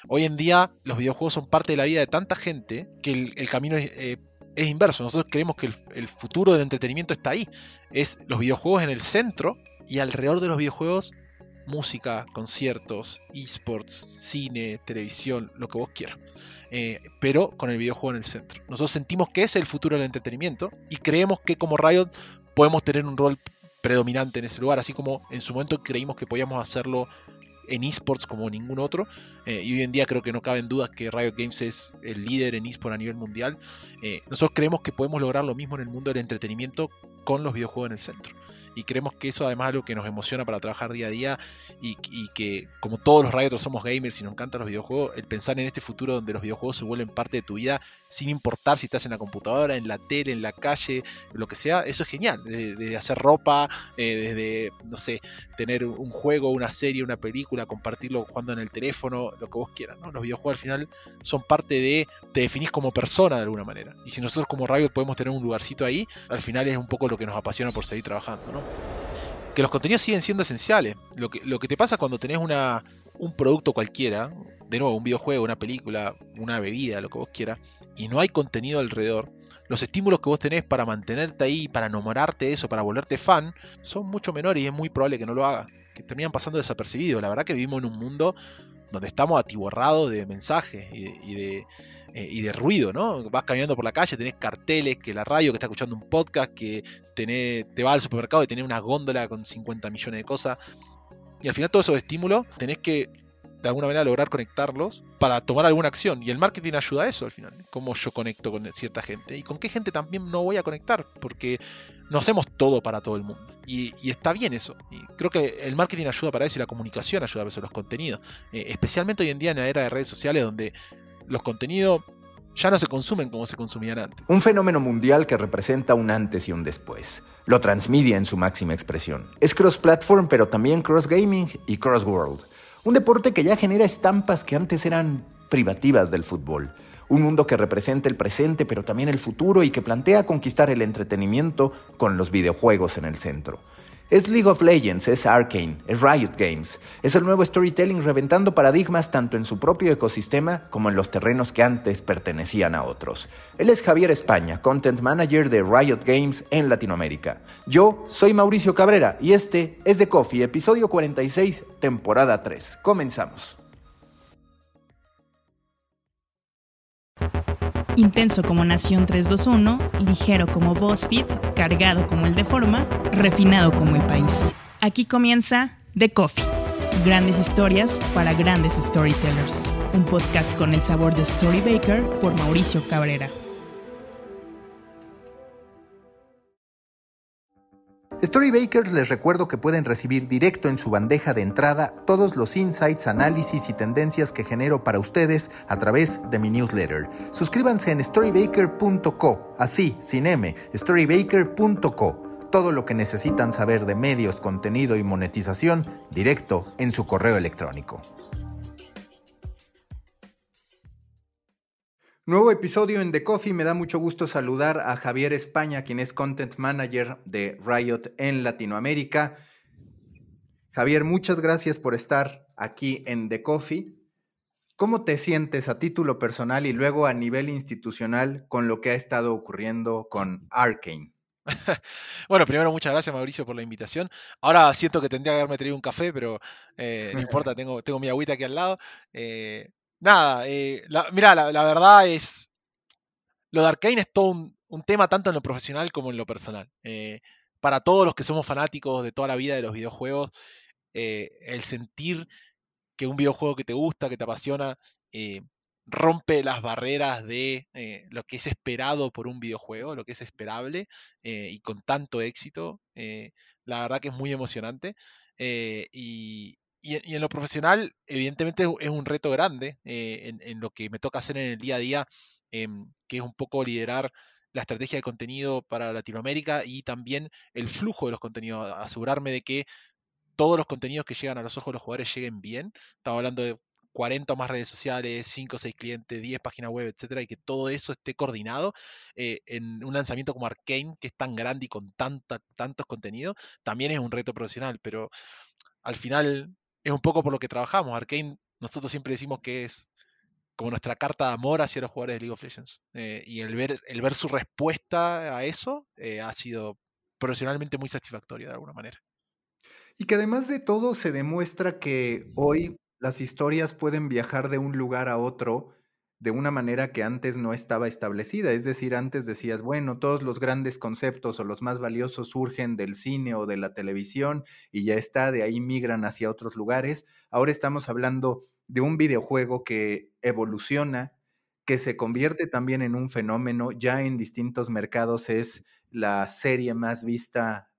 Hoy en día los videojuegos son parte de la vida de tanta gente que el camino es inverso. Nosotros creemos que el futuro del entretenimiento está ahí. Es los videojuegos en el centro y alrededor de los videojuegos música, conciertos, esports, cine, televisión, lo que vos quieras. Pero con el videojuego en el centro. Nosotros sentimos que ese es el futuro del entretenimiento y creemos que como Riot podemos tener un rol predominante en ese lugar, así como en su momento creímos que podíamos hacerlo en esports como ningún otro, y hoy en día creo que no cabe en duda que Riot Games es el líder en esports a nivel mundial. Nosotros creemos que podemos lograr lo mismo en el mundo del entretenimiento con los videojuegos en el centro, y creemos que eso además es algo que nos emociona para trabajar día a día, y que como todos los Rioters somos gamers y nos encantan los videojuegos, el pensar en este futuro donde los videojuegos se vuelven parte de tu vida sin importar si estás en la computadora, en la tele, en la calle, lo que sea, eso es genial. Desde hacer ropa, desde, no sé, tener un juego, una serie, una película, compartirlo jugando en el teléfono, lo que vos quieras, ¿no? Los videojuegos al final son parte de, te definís como persona de alguna manera. Y si nosotros como Riot podemos tener un lugarcito ahí, al final es un poco lo que nos apasiona por seguir trabajando, ¿no? Que los contenidos siguen siendo esenciales. Lo que te pasa cuando tenés un producto cualquiera, de nuevo, un videojuego, una película, una bebida, lo que vos quieras, y no hay contenido alrededor, los estímulos que vos tenés para mantenerte ahí, para enamorarte de eso, para volverte fan, son mucho menores y es muy probable que no lo hagas, que terminan pasando desapercibidos. La verdad que vivimos en un mundo donde estamos atiborrados de mensajes y de ruido, ¿no? Vas caminando por la calle, tenés carteles, que la radio, que está escuchando un podcast, que te vas al supermercado y tenés una góndola con 50 millones de cosas. Y al final todos esos estímulos tenés que de alguna manera lograr conectarlos para tomar alguna acción. Y el marketing ayuda a eso al final. Cómo yo conecto con cierta gente. Y con qué gente también no voy a conectar. Porque no hacemos todo para todo el mundo. Y está bien eso. Y creo que el marketing ayuda para eso y la comunicación ayuda a eso, los contenidos. Especialmente hoy en día en la era de redes sociales donde los contenidos ya no se consumen como se consumían antes. Un fenómeno mundial que representa un antes y un después. Lo transmedia en su máxima expresión. Es cross-platform, pero también cross-gaming y cross-world. Un deporte que ya genera estampas que antes eran privativas del fútbol. Un mundo que representa el presente, pero también el futuro y que plantea conquistar el entretenimiento con los videojuegos en el centro. Es League of Legends, es Arcane, es Riot Games. Es el nuevo storytelling reventando paradigmas tanto en su propio ecosistema como en los terrenos que antes pertenecían a otros. Él es Javier España, Content Manager de Riot Games en Latinoamérica. Yo soy Mauricio Cabrera y este es The Coffee, episodio 46, temporada 3. Comenzamos. Intenso como Nación 321, ligero como BuzzFeed, cargado como el Deforma, refinado como el país. Aquí comienza The Coffee. Grandes historias para grandes storytellers. Un podcast con el sabor de Storybaker por Mauricio Cabrera. Storybakers les recuerdo que pueden recibir directo en su bandeja de entrada todos los insights, análisis y tendencias que genero para ustedes a través de mi newsletter. Suscríbanse en storybaker.co, así, sin M, storybaker.co. Todo lo que necesitan saber de medios, contenido y monetización directo en su correo electrónico. Nuevo episodio en The Coffee. Me da mucho gusto saludar a Javier España, quien es Content Manager de Riot en Latinoamérica. Javier, muchas gracias por estar aquí en The Coffee. ¿Cómo te sientes a título personal y luego a nivel institucional con lo que ha estado ocurriendo con Arcane? Bueno, primero muchas gracias Mauricio por la invitación. Ahora siento que tendría que haberme traído un café, pero no importa, tengo mi agüita aquí al lado. Mira, la verdad es, lo de Arcane es todo un tema tanto en lo profesional como en lo personal. Para todos los que somos fanáticos de toda la vida de los videojuegos, el sentir que un videojuego que te gusta, que te apasiona, rompe las barreras de lo que es esperado por un videojuego, lo que es esperable, y con tanto éxito, la verdad que es muy emocionante. Y en lo profesional, evidentemente es un reto grande en lo que me toca hacer en el día a día, que es un poco liderar la estrategia de contenido para Latinoamérica y también el flujo de los contenidos, asegurarme de que todos los contenidos que llegan a los ojos de los jugadores lleguen bien. Estamos hablando de 40 o más redes sociales, 5 o 6 clientes, 10 páginas web, etcétera, y que todo eso esté coordinado en un lanzamiento como Arcane, que es tan grande y con tantos contenidos, también es un reto profesional, pero al final es un poco por lo que trabajamos. Arcane nosotros siempre decimos que es como nuestra carta de amor hacia los jugadores de League of Legends. Y el ver su respuesta a eso ha sido profesionalmente muy satisfactorio de alguna manera. Y que además de todo se demuestra que hoy las historias pueden viajar de un lugar a otro de una manera que antes no estaba establecida. Es decir, antes decías, bueno, todos los grandes conceptos o los más valiosos surgen del cine o de la televisión y ya está, de ahí migran hacia otros lugares. Ahora estamos hablando de un videojuego que evoluciona, que se convierte también en un fenómeno, ya en distintos mercados es la serie más vista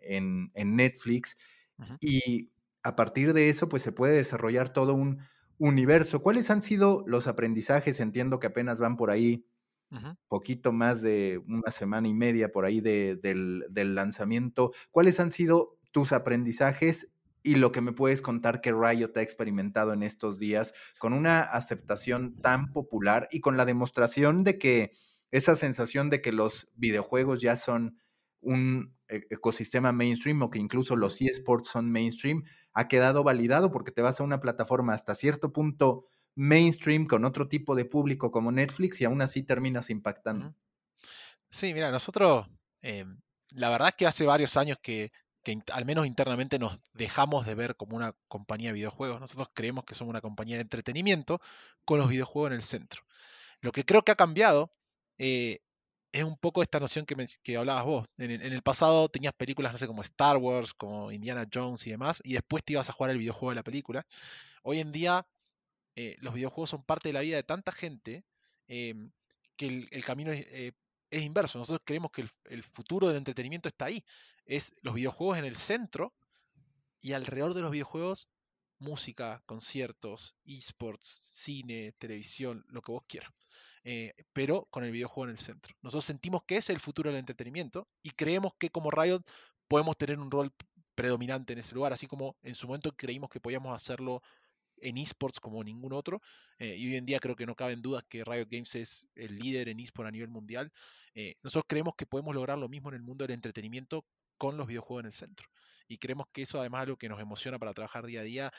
en Netflix Ujú, y a partir de eso, pues se puede desarrollar todo un universo. ¿Cuáles han sido los aprendizajes? Entiendo que apenas van por ahí ujú. poquito más de una semana y media por ahí del lanzamiento. ¿Cuáles han sido tus aprendizajes y lo que me puedes contar que Riot ha experimentado en estos días con una aceptación tan popular y con la demostración de que esa sensación de que los videojuegos ya son un ecosistema mainstream o que incluso los eSports son mainstream, ha quedado validado porque te vas a una plataforma hasta cierto punto mainstream con otro tipo de público como Netflix y aún así terminas impactando? Ujú. Sí, mira, nosotros, la verdad es que hace varios años que al menos internamente nos dejamos de ver como una compañía de videojuegos. Nosotros creemos que somos una compañía de entretenimiento con los videojuegos en el centro. Lo que creo que ha cambiado eh, es un poco esta noción que hablabas vos. En el pasado tenías películas, no sé, como Star Wars, como Indiana Jones y demás, y después te ibas a jugar el videojuego de la película. Hoy en día los videojuegos son parte de la vida de tanta gente em, que el camino es inverso. Nosotros creemos que el futuro del entretenimiento está ahí. Es los videojuegos en el centro y alrededor de los videojuegos, música, conciertos, esports, cine, televisión, lo que vos quieras. Pero con el videojuego en el centro. Nosotros sentimos que es el futuro del entretenimiento y creemos que como Riot podemos tener un rol predominante en ese lugar, así como en su momento creímos que podíamos hacerlo en esports como ningún otro. Y hoy en día creo que no caben dudas que Riot Games es el líder en esports a nivel mundial. Nosotros creemos que podemos lograr lo mismo en el mundo del entretenimiento con los videojuegos en el centro. Y creemos que eso además es algo que nos emociona para trabajar día a día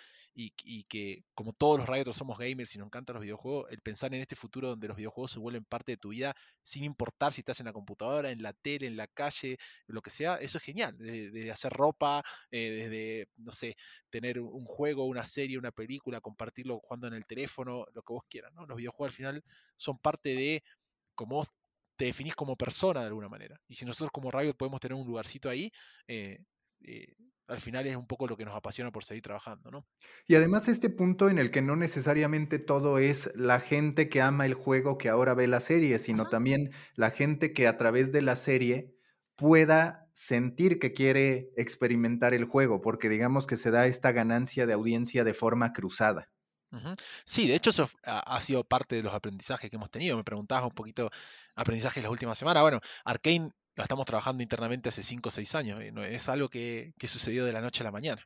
y que como todos los Rioters somos gamers y nos encantan los videojuegos, el pensar en este futuro donde los videojuegos se vuelven parte de tu vida sin importar si estás en la computadora, en la tele, en la calle, lo que sea, eso es genial. Desde hacer ropa, desde, no sé, tener un juego, una serie, una película, compartirlo jugando en el teléfono, lo que vos quieras, ¿no? Los videojuegos al final son parte de cómo vos te definís como persona de alguna manera. Y si nosotros como Riot podemos tener un lugarcito ahí, eh, eh, al final es un poco lo que nos apasiona por seguir trabajando, ¿no? Y además este punto en el que no necesariamente todo es la gente que ama el juego que ahora ve la serie, sino Ajá. también la gente que a través de la serie pueda sentir que quiere experimentar el juego, porque digamos que se da esta ganancia de audiencia de forma cruzada. Ujú. Sí, de hecho eso ha sido parte de los aprendizajes que hemos tenido. Me preguntabas un poquito aprendizajes las últimas semanas. Bueno, Arcane lo estamos trabajando internamente hace 5 o 6 años. No es algo que sucedió de la noche a la mañana.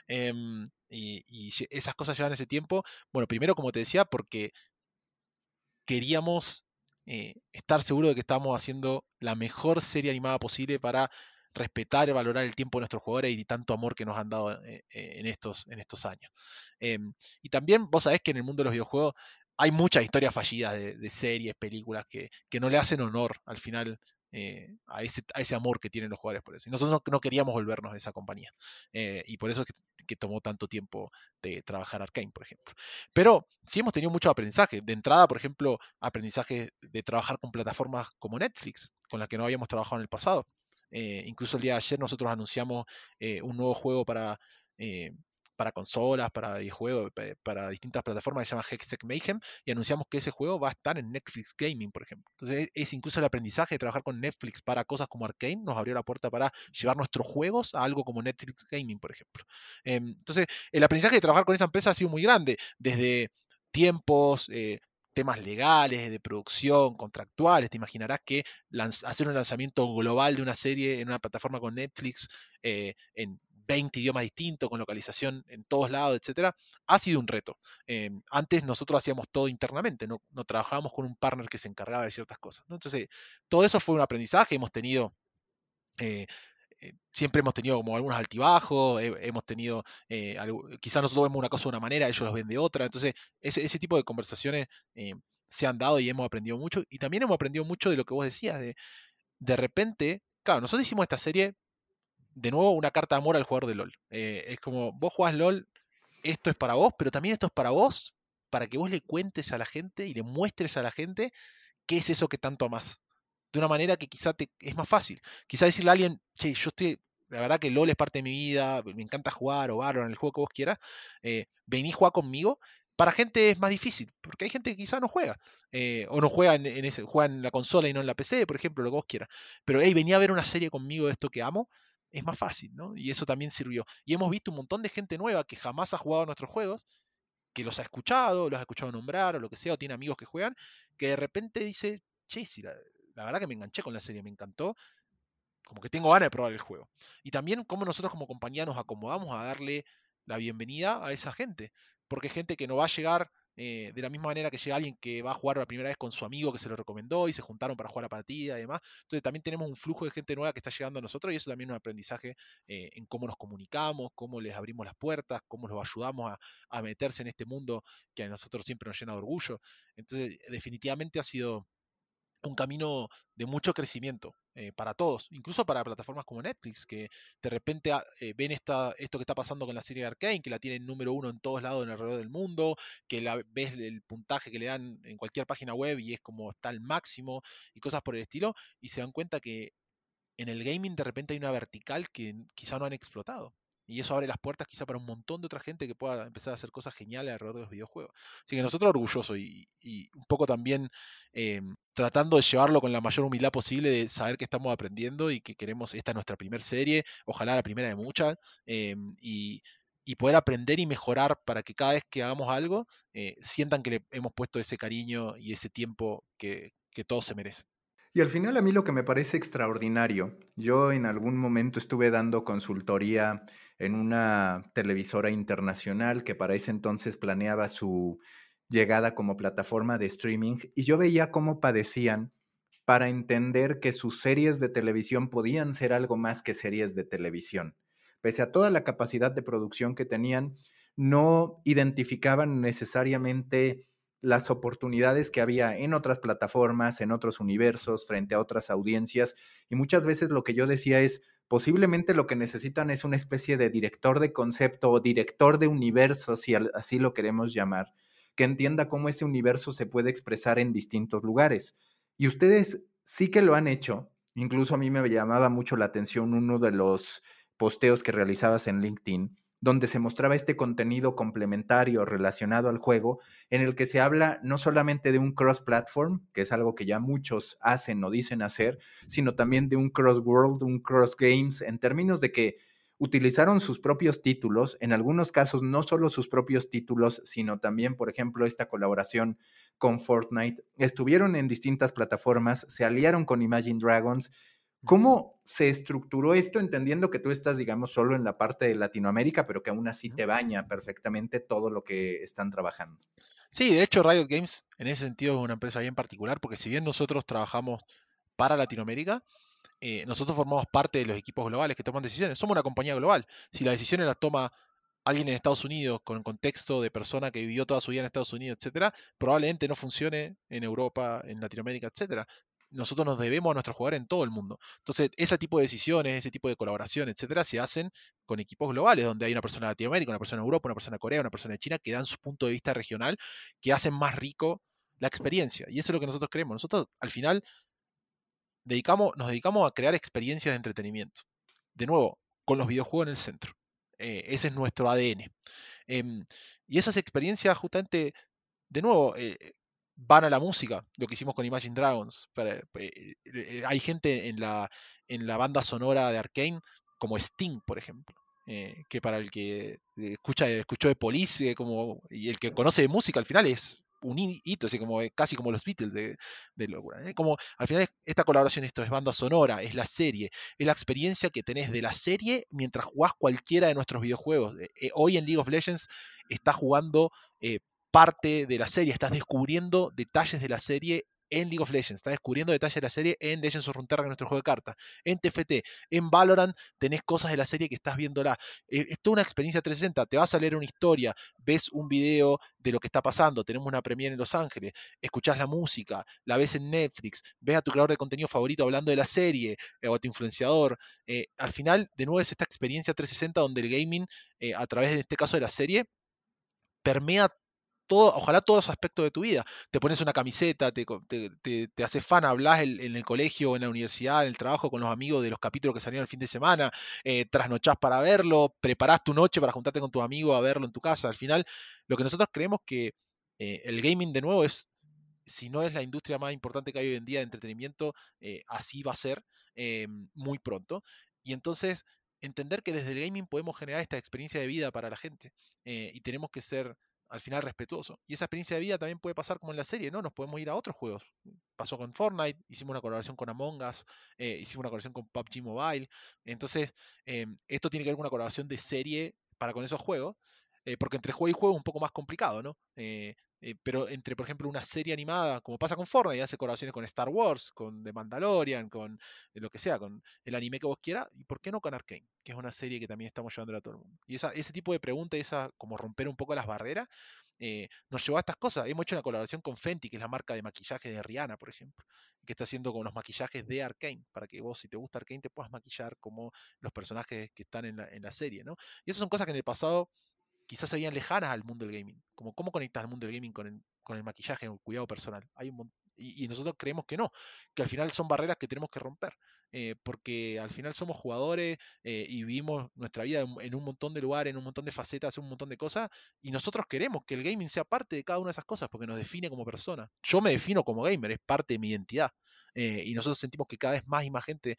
Esas cosas llevan ese tiempo. Bueno, primero, como te decía, porque queríamos estar seguros de que estábamos haciendo la mejor serie animada posible para respetar y valorar el tiempo de nuestros jugadores y tanto amor que nos han dado en estos años. Y también vos sabés que en el mundo de los videojuegos hay muchas historias fallidas de series, películas que no le hacen honor al final a ese amor que tienen los jugadores por eso. Y nosotros no queríamos volvernos de esa compañía. Y por eso es que tomó tanto tiempo de trabajar Arcane, por ejemplo. Pero sí hemos tenido mucho aprendizaje. De entrada, por ejemplo, aprendizaje de trabajar con plataformas como Netflix, con las que no habíamos trabajado en el pasado. Incluso el día de ayer nosotros anunciamos un nuevo juego para consolas, para videojuegos, para distintas plataformas que se llama Hextech Mayhem, y anunciamos que ese juego va a estar en Netflix Gaming, por ejemplo. Entonces, es incluso el aprendizaje de trabajar con Netflix para cosas como Arcane, nos abrió la puerta para llevar nuestros juegos a algo como Netflix Gaming, por ejemplo. Entonces, el aprendizaje de trabajar con esa empresa ha sido muy grande, desde tiempos, temas legales, de producción, contractuales. Te imaginarás que hacer un lanzamiento global de una serie en una plataforma con Netflix en 20 idiomas distintos, con localización en todos lados, etcétera, ha sido un reto. Antes nosotros hacíamos todo internamente, no trabajábamos con un partner que se encargaba de ciertas cosas, ¿no? Entonces, todo eso fue un aprendizaje. Hemos tenido eh, siempre hemos tenido como algunos altibajos, hemos tenido, quizás nosotros vemos una cosa de una manera, ellos los ven de otra, entonces ese tipo de conversaciones se han dado y hemos aprendido mucho, y también hemos aprendido mucho de lo que vos decías, de repente, claro, nosotros hicimos esta serie, de nuevo, una carta de amor al jugador de LOL. Es como, vos jugás LOL, esto es para vos, pero también esto es para vos, para que vos le cuentes a la gente y le muestres a la gente qué es eso que tanto amás. De una manera que quizá es más fácil. Quizá decirle a alguien, che, la verdad que LOL es parte de mi vida, me encanta jugar, o Valorant, el juego que vos quieras, vení a jugar conmigo. Para gente es más difícil, porque hay gente que quizá no juega, o no juega juega en la consola y no en la PC, por ejemplo, lo que vos quieras. Pero, hey, vení a ver una serie conmigo de esto que amo, es más fácil, ¿no? Y eso también sirvió. Y hemos visto un montón de gente nueva que jamás ha jugado a nuestros juegos, que los ha escuchado nombrar o lo que sea, o tiene amigos que juegan, que de repente dice, che, si la verdad que me enganché con la serie, me encantó, como que tengo ganas de probar el juego. Y también cómo nosotros como compañía nos acomodamos a darle la bienvenida a esa gente, porque es gente que no va a llegar de la misma manera que llega alguien que va a jugar la primera vez con su amigo que se lo recomendó y se juntaron para jugar la partida y demás. Entonces también tenemos un flujo de gente nueva que está llegando a nosotros y eso también es un aprendizaje en cómo nos comunicamos, cómo les abrimos las puertas, cómo los ayudamos a meterse en este mundo que a nosotros siempre nos llena de orgullo. Entonces definitivamente ha sido un camino de mucho crecimiento para todos, incluso para plataformas como Netflix, que de repente ven esto que está pasando con la serie de Arcane, que la tienen número 1 en todos lados alrededor del mundo, que ves el puntaje que le dan en cualquier página web y es como está al máximo y cosas por el estilo, y se dan cuenta que en el gaming de repente hay una vertical que quizá no han explotado. Y eso abre las puertas quizá para un montón de otra gente que pueda empezar a hacer cosas geniales alrededor de los videojuegos. Así que nosotros orgullosos y un poco también tratando de llevarlo con la mayor humildad posible, de saber que estamos aprendiendo y que queremos, esta es nuestra primera serie, ojalá la primera de muchas, y poder aprender y mejorar para que cada vez que hagamos algo, sientan que le hemos puesto ese cariño y ese tiempo que todos se merecen. Y al final a mí lo que me parece extraordinario, yo en algún momento estuve dando consultoría en una televisora internacional que para ese entonces planeaba su llegada como plataforma de streaming y yo veía cómo padecían para entender que sus series de televisión podían ser algo más que series de televisión. Pese a toda la capacidad de producción que tenían, no identificaban necesariamente las oportunidades que había en otras plataformas, en otros universos, frente a otras audiencias. Y muchas veces lo que yo decía es, posiblemente lo que necesitan es una especie de director de concepto o director de universo, si así lo queremos llamar, que entienda cómo ese universo se puede expresar en distintos lugares. Y ustedes sí que lo han hecho. Incluso a mí me llamaba mucho la atención uno de los posteos que realizabas en LinkedIn, donde se mostraba este contenido complementario relacionado al juego, en el que se habla no solamente de un cross-platform, que es algo que ya muchos hacen o dicen hacer, sino también de un cross-world, un cross-games, en términos de que utilizaron sus propios títulos, en algunos casos no solo sus propios títulos, sino también, por ejemplo, esta colaboración con Fortnite, estuvieron en distintas plataformas, se aliaron con Imagine Dragons. ¿Cómo se estructuró esto, entendiendo que tú estás, digamos, solo en la parte de Latinoamérica, pero que aún así te baña perfectamente todo lo que están trabajando? Sí, de hecho Riot Games en ese sentido es una empresa bien particular, porque si bien nosotros trabajamos para Latinoamérica, nosotros formamos parte de los equipos globales que toman decisiones. Somos una compañía global. Si las decisiones las toma alguien en Estados Unidos con el contexto de persona que vivió toda su vida en Estados Unidos, etcétera, probablemente no funcione en Europa, en Latinoamérica, etcétera. Nosotros nos debemos a nuestros jugadores en todo el mundo. Entonces, ese tipo de decisiones, ese tipo de colaboración, etcétera, se hacen con equipos globales, donde hay una persona de Latinoamérica, una persona de Europa, una persona de Corea, una persona de China, que dan su punto de vista regional, que hacen más rico la experiencia. Y eso es lo que nosotros queremos. Nosotros, al final, nos dedicamos a crear experiencias de entretenimiento. De nuevo, con los videojuegos en el centro. Ese es nuestro ADN. Y esas experiencias justamente, de nuevo, van a la música, lo que hicimos con Imagine Dragons. Hay gente en la banda sonora de Arcane, como Sting, por ejemplo. Que para el que escuchó de Police, y el que conoce de música al final es un hito, así como casi como los Beatles de locura. Como al final esta colaboración, esto es banda sonora, es la serie, es la experiencia que tenés de la serie mientras jugás cualquiera de nuestros videojuegos. Hoy en League of Legends estás jugando parte de la serie, estás descubriendo detalles de la serie en League of Legends, estás descubriendo detalles de la serie en Legends of Runeterra, que es nuestro juego de cartas, en TFT, en Valorant tenés cosas de la serie que estás viéndola. Es toda una experiencia 360, te vas a leer una historia, ves un video de lo que está pasando, tenemos una premiere en Los Ángeles, escuchás la música, la ves en Netflix, ves a tu creador de contenido favorito hablando de la serie, o a tu influenciador. Al final, de nuevo, es esta experiencia 360 donde el gaming, a través de este caso de la serie, permea todo, ojalá todos los aspectos de tu vida. Te pones una camiseta, te haces fan, hablas en el colegio, en la universidad, en el trabajo, con los amigos de los capítulos que salieron el fin de semana, trasnochás para verlo, preparás tu noche para juntarte con tus amigos a verlo en tu casa. Al final, lo que nosotros creemos que el gaming, de nuevo, es, si no es la industria más importante que hay hoy en día de entretenimiento, así va a ser muy pronto. Y entonces, entender que desde el gaming podemos generar esta experiencia de vida para la gente, y tenemos que ser al final respetuosos. Y esa experiencia de vida también puede pasar como en la serie, ¿no? Nos podemos ir a otros juegos. Pasó con Fortnite, hicimos una colaboración con Among Us, hicimos una colaboración con PUBG Mobile. Entonces, esto tiene que ver con una colaboración de serie para con esos juegos, porque entre juego y juego es un poco más complicado, ¿no? Pero entre, por ejemplo, una serie animada, como pasa con Fortnite, hace colaboraciones con Star Wars, con The Mandalorian, con lo que sea, con el anime que vos quieras, y por qué no con Arcane, que es una serie que también estamos llevando a todo el mundo. Y ese tipo de preguntas, como romper un poco las barreras, nos llevó a estas cosas. Hemos hecho una colaboración con Fenty, que es la marca de maquillaje de Rihanna, por ejemplo, que está haciendo con los maquillajes de Arcane, para que vos, si te gusta Arcane, te puedas maquillar como los personajes que están en la serie, ¿no? Y esas son cosas que en el pasado quizás se veían lejanas al mundo del gaming. Como cómo conectas al mundo del gaming con el maquillaje, el cuidado personal. Y nosotros creemos que no, que al final son barreras que tenemos que romper, porque al final somos jugadores, y vivimos nuestra vida en un montón de lugares, en un montón de facetas, en un montón de cosas, y nosotros queremos que el gaming sea parte de cada una de esas cosas, porque nos define como persona. Yo me defino como gamer, es parte de mi identidad, y nosotros sentimos que cada vez más y más gente,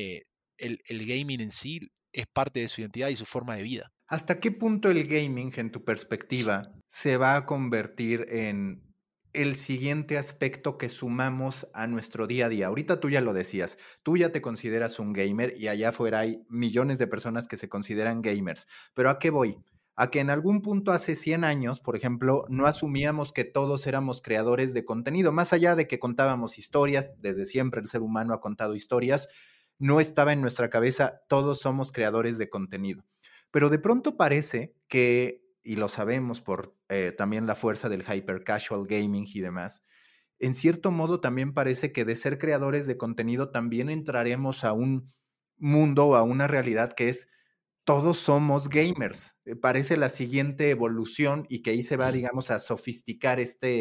el gaming en sí es parte de su identidad y su forma de vida. ¿Hasta qué punto el gaming, en tu perspectiva, se va a convertir en el siguiente aspecto que sumamos a nuestro día a día? Ahorita tú ya lo decías, tú ya te consideras un gamer y allá afuera hay millones de personas que se consideran gamers. Pero ¿a qué voy? A que en algún punto hace 100 años, por ejemplo, no asumíamos que todos éramos creadores de contenido, más allá de que contábamos historias, desde siempre el ser humano ha contado historias, no estaba en nuestra cabeza, todos somos creadores de contenido. Pero de pronto parece que, y lo sabemos por también la fuerza del hyper casual gaming y demás, en cierto modo también parece que de ser creadores de contenido también entraremos a un mundo o a una realidad que es todos somos gamers. Parece la siguiente evolución y que ahí se va, digamos, a sofisticar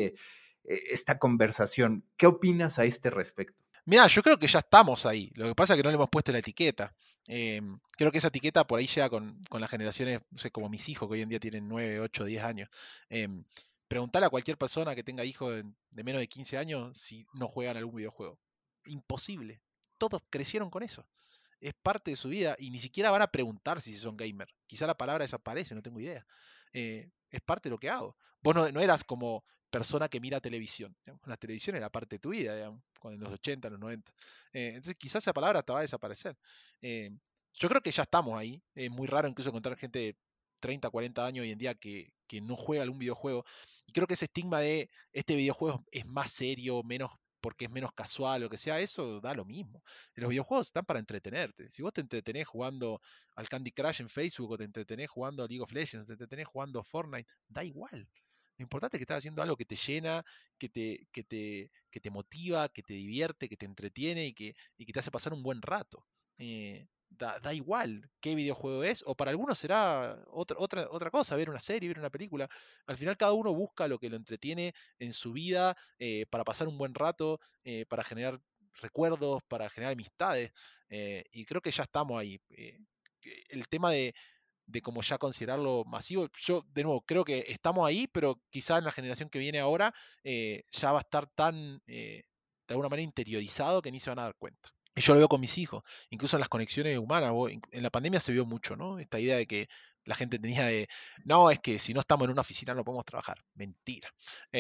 esta conversación. ¿Qué opinas a este respecto? Mira, yo creo que ya estamos ahí. Lo que pasa es que no le hemos puesto la etiqueta. Creo que esa etiqueta por ahí llega con las generaciones, no sé, como mis hijos, que hoy en día tienen 9, 8, 10 años. Preguntarle a cualquier persona que tenga hijos de menos de 15 años si no juegan algún videojuego. Imposible. Todos crecieron con eso. Es parte de su vida y ni siquiera van a preguntar si son gamer. Quizá la palabra desaparece, no tengo idea. Es parte de lo que hago. Vos no eras como persona que mira televisión. Digamos. La televisión era parte de tu vida, digamos, en los 80, en los 90. Entonces quizás esa palabra hasta va a desaparecer. Eh, yo creo que ya estamos ahí. Es muy raro incluso encontrar gente de 30, 40 años hoy en día que no juega algún videojuego. Y creo que ese estigma de este videojuego es más serio, menos porque es menos casual, lo que sea, eso da lo mismo. Los videojuegos están para entretenerte. Si vos te entretenés jugando al Candy Crush en Facebook, o te entretenés jugando a League of Legends, te entretenés jugando a Fortnite, da igual. Lo importante es que estás haciendo algo que te llena, que te motiva, que te divierte, que te entretiene y que te hace pasar un buen rato. Da igual qué videojuego es, o para algunos será otra cosa, ver una serie, ver una película. Al final cada uno busca lo que lo entretiene en su vida, para pasar un buen rato, para generar recuerdos, para generar amistades, y creo que ya estamos ahí. El tema de como ya considerarlo masivo, yo de nuevo creo que estamos ahí, pero quizá en la generación que viene ahora, ya va a estar tan, de alguna manera, interiorizado que ni se van a dar cuenta. Y yo lo veo con mis hijos, incluso en las conexiones humanas. En la pandemia se vio mucho, ¿no? Esta idea de que la gente tenía no, es que si no estamos en una oficina no podemos trabajar. Mentira.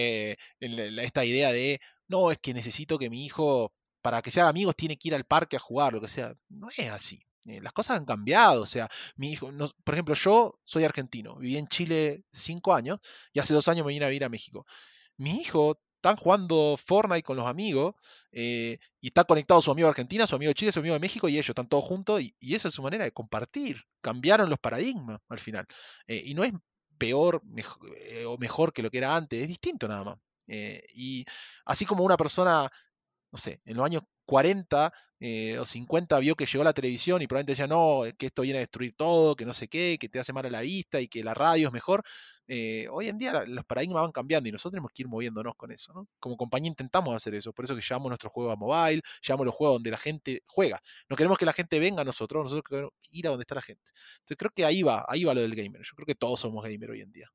Esta idea de, no, es que necesito que mi hijo, para que se haga amigos, tiene que ir al parque a jugar, lo que sea. No es así. Las cosas han cambiado, o sea, mi hijo, por ejemplo, yo soy argentino, viví en Chile 5 años y hace 2 años me vine a vivir a México. Mi hijo están jugando Fortnite con los amigos y está conectado su amigo de Argentina, su amigo de Chile, su amigo de México y ellos están todos juntos y esa es su manera de compartir. Cambiaron los paradigmas al final. Y no es peor o mejor que lo que era antes, es distinto nada más. Y así como una persona, no sé, en los años 40 o 50 vio que llegó la televisión y probablemente decía, no, que esto viene a destruir todo, que no sé qué, que te hace mal a la vista y que la radio es mejor. Hoy en día los paradigmas van cambiando y nosotros tenemos que ir moviéndonos con eso, ¿no? Como compañía intentamos hacer eso, por eso que llevamos nuestros juegos a mobile, llevamos los juegos donde la gente juega. No queremos que la gente venga a nosotros queremos ir a donde está la gente. Entonces creo que ahí va lo del gamer. Yo creo que todos somos gamer hoy en día.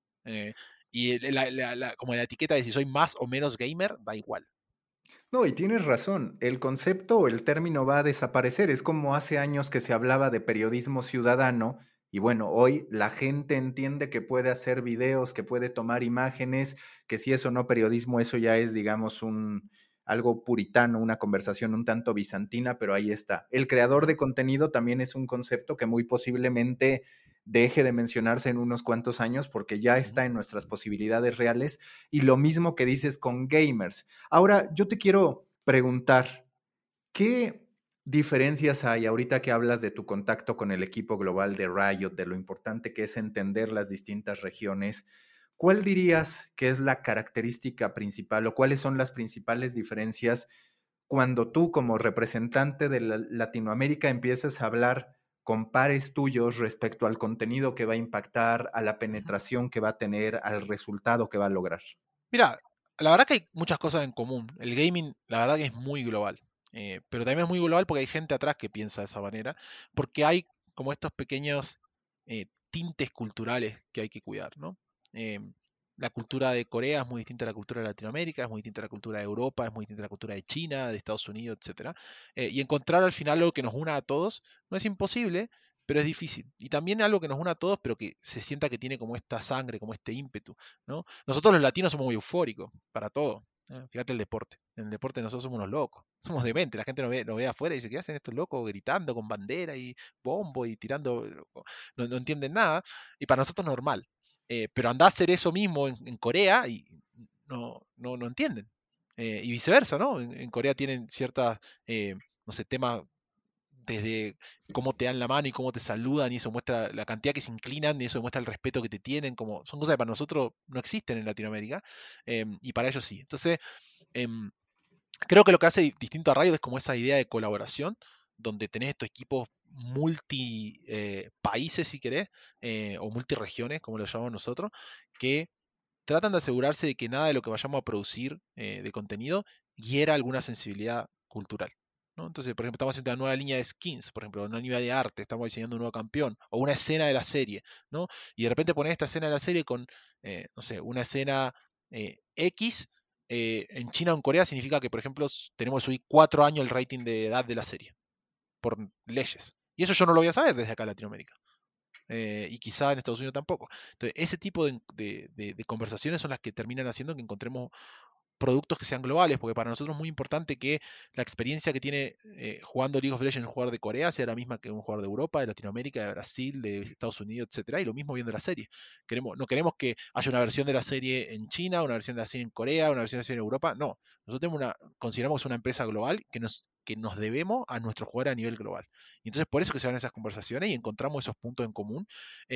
Y como la etiqueta de si soy más o menos gamer, da igual. No, y tienes razón, el concepto o el término va a desaparecer. Es como hace años que se hablaba de periodismo ciudadano y bueno, hoy la gente entiende que puede hacer videos, que puede tomar imágenes, que si eso no periodismo, eso ya es, digamos, algo puritano, una conversación un tanto bizantina, pero ahí está. El creador de contenido también es un concepto que muy posiblemente deje de mencionarse en unos cuantos años porque ya está en nuestras posibilidades reales y lo mismo que dices con gamers. Ahora, yo te quiero preguntar, ¿qué diferencias hay ahorita que hablas de tu contacto con el equipo global de Riot, de lo importante que es entender las distintas regiones? ¿Cuál dirías que es la característica principal o cuáles son las principales diferencias cuando tú como representante de Latinoamérica empiezas a hablar con pares tuyos respecto al contenido que va a impactar, a la penetración que va a tener, al resultado que va a lograr? Mira, la verdad que hay muchas cosas en común. El gaming, la verdad que es muy global. Pero también es muy global porque hay gente atrás que piensa de esa manera. Porque hay como estos pequeños tintes culturales que hay que cuidar, ¿no? Eh, la cultura de Corea es muy distinta a la cultura de Latinoamérica, es muy distinta a la cultura de Europa, es muy distinta a la cultura de China, de Estados Unidos, etcétera. Y encontrar al final algo que nos una a todos no es imposible, pero es difícil. Y también algo que nos una a todos, pero que se sienta que tiene como esta sangre, como este ímpetu, ¿no? Nosotros los latinos somos muy eufóricos para todo. Fíjate el deporte. En el deporte nosotros somos unos locos. Somos dementes. La gente nos ve afuera y dice, ¿qué hacen estos locos gritando con bandera y bombo y tirando? No entienden nada. Y para nosotros es normal. Pero andá a hacer eso mismo en Corea y no entienden. Y viceversa, ¿no? En Corea tienen ciertas, no sé, temas desde cómo te dan la mano y cómo te saludan y eso muestra la cantidad que se inclinan y eso muestra el respeto que te tienen, como son cosas que para nosotros no existen en Latinoamérica y para ellos sí. Entonces, em, creo que lo que hace distinto a Riot es como esa idea de colaboración, donde tenés estos equipos multi países, si querés, o multiregiones, como lo llamamos nosotros, que tratan de asegurarse de que nada de lo que vayamos a producir de contenido hiera alguna sensibilidad cultural. ¿No? Entonces, por ejemplo, estamos haciendo una nueva línea de skins, por ejemplo, una línea de arte, estamos diseñando un nuevo campeón, o una escena de la serie, ¿no? Y de repente poner esta escena de la serie con, no sé, una escena X, en China o en Corea significa que, por ejemplo, tenemos que subir 4 años el rating de edad de la serie, por leyes. Y eso yo no lo voy a saber desde acá en Latinoamérica. Y quizá en Estados Unidos tampoco. Entonces, ese tipo de conversaciones son las que terminan haciendo que encontremos productos que sean globales, porque para nosotros es muy importante que la experiencia que tiene jugando League of Legends un jugador de Corea sea la misma que un jugador de Europa, de Latinoamérica, de Brasil, de Estados Unidos, etcétera, y lo mismo viendo la serie. No queremos que haya una versión de la serie en China, una versión de la serie en Corea, una versión de la serie en Europa, no. Nosotros consideramos que es una empresa global que nos debemos a nuestros jugadores a nivel global. Y entonces por eso que se van esas conversaciones y encontramos esos puntos en común.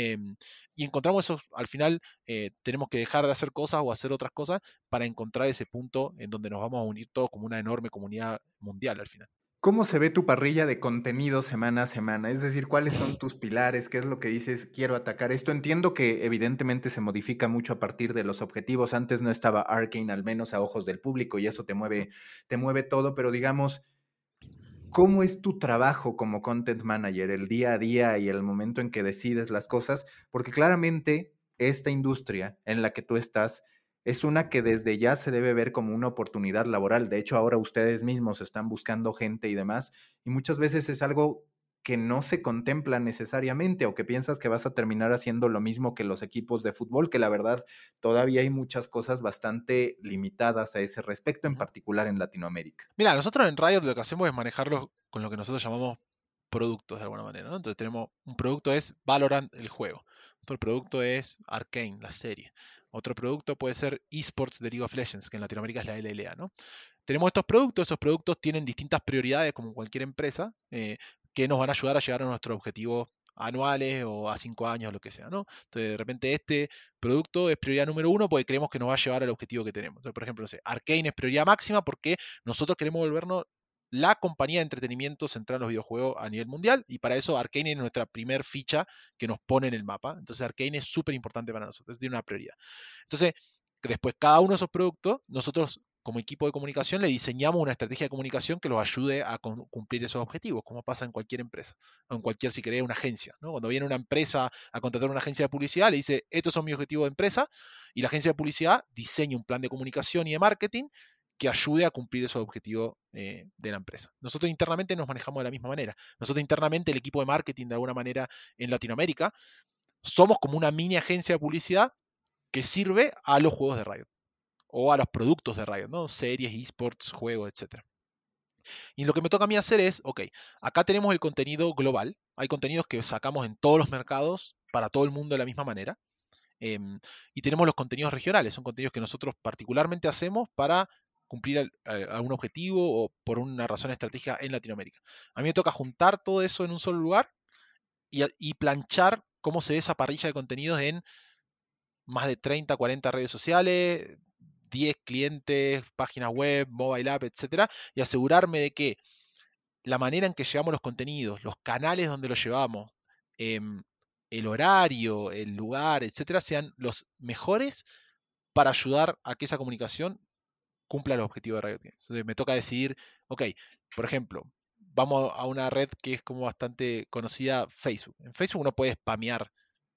Y encontramos esos, al final tenemos que dejar de hacer cosas o hacer otras cosas para encontrar ese punto en donde nos vamos a unir todos como una enorme comunidad mundial al final. ¿Cómo se ve tu parrilla de contenido semana a semana? Es decir, ¿cuáles son tus pilares? ¿Qué es lo que dices? Quiero atacar esto. Entiendo que evidentemente se modifica mucho a partir de los objetivos. Antes no estaba Arcane, al menos a ojos del público, y eso te mueve todo, pero digamos, ¿cómo es tu trabajo como content manager, el día a día y el momento en que decides las cosas? Porque claramente esta industria en la que tú estás es una que desde ya se debe ver como una oportunidad laboral. De hecho, ahora ustedes mismos están buscando gente y demás, y muchas veces es algo que no se contempla necesariamente o que piensas que vas a terminar haciendo lo mismo que los equipos de fútbol, que la verdad todavía hay muchas cosas bastante limitadas a ese respecto, en particular en Latinoamérica. Mira, nosotros en Riot lo que hacemos es manejarlo con lo que nosotros llamamos productos de alguna manera, ¿no? Entonces tenemos un producto es Valorant, el juego. Otro producto es Arcane, la serie. Otro producto puede ser eSports de League of Legends, que en Latinoamérica es la LLA, ¿no? Tenemos estos productos, esos productos tienen distintas prioridades como cualquier empresa, que nos van a ayudar a llegar a nuestros objetivos anuales o a 5 años, lo que sea, ¿no? Entonces, de repente este producto es prioridad número 1 porque creemos que nos va a llevar al objetivo que tenemos. Entonces, por ejemplo, no sé, Arcane es prioridad máxima porque nosotros queremos volvernos la compañía de entretenimiento central en los videojuegos a nivel mundial, y para eso Arcane es nuestra primer ficha que nos pone en el mapa. Entonces Arcane es súper importante para nosotros, tiene una prioridad. Entonces, después cada uno de esos productos, nosotros como equipo de comunicación le diseñamos una estrategia de comunicación que los ayude a cumplir esos objetivos, como pasa en cualquier empresa, o en cualquier, si querés, una agencia, ¿no? Cuando viene una empresa a contratar una agencia de publicidad, le dice, estos son mis objetivos de empresa, y la agencia de publicidad diseña un plan de comunicación y de marketing que ayude a cumplir esos objetivos de la empresa. Nosotros internamente nos manejamos de la misma manera. Nosotros internamente, el equipo de marketing, de alguna manera, en Latinoamérica, somos como una mini agencia de publicidad que sirve a los juegos de Riot o a los productos de Riot, ¿no? Series, esports, juegos, etc. Y lo que me toca a mí hacer es, ok, acá tenemos el contenido global, hay contenidos que sacamos en todos los mercados para todo el mundo de la misma manera, y tenemos los contenidos regionales, son contenidos que nosotros particularmente hacemos para cumplir algún objetivo o por una razón estratégica en Latinoamérica. A mí me toca juntar todo eso en un solo lugar y planchar cómo se ve esa parrilla de contenidos en más de 30, 40 redes sociales, 10 clientes, páginas web, mobile app, etcétera, y asegurarme de que la manera en que llevamos los contenidos, los canales donde los llevamos, el horario, el lugar, etcétera, sean los mejores para ayudar a que esa comunicación cumpla los objetivos de Riot Games. Entonces me toca decidir, ok, por ejemplo, vamos a una red que es como bastante conocida, Facebook. En Facebook uno puede spamear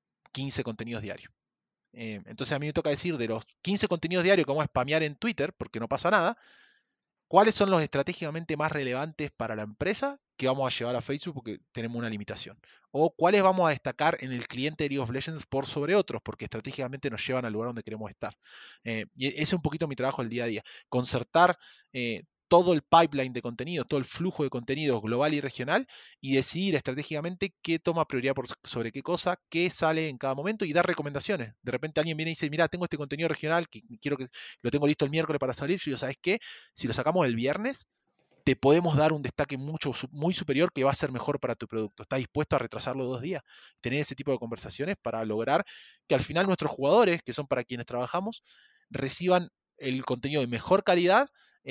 15 contenidos diarios. Entonces a mí me toca decir de los 15 contenidos diarios que vamos a spamear en Twitter, porque no pasa nada, ¿cuáles son los estratégicamente más relevantes para la empresa que vamos a llevar a Facebook porque tenemos una limitación? O cuáles vamos a destacar en el cliente de League of Legends por sobre otros porque estratégicamente nos llevan al lugar donde queremos estar. Y ese es un poquito mi trabajo el día a día. Concertar todo el pipeline de contenidos, todo el flujo de contenidos global y regional y decidir estratégicamente qué toma prioridad sobre qué cosa, qué sale en cada momento y dar recomendaciones. De repente alguien viene y dice, mira, tengo este contenido regional que quiero que lo tengo listo el miércoles para salir. Y yo, ¿sabes qué? Si lo sacamos el viernes, te podemos dar un destaque muy superior que va a ser mejor para tu producto. ¿Estás dispuesto a retrasarlo 2 días? Tener ese tipo de conversaciones para lograr que al final nuestros jugadores, que son para quienes trabajamos, reciban el contenido de mejor calidad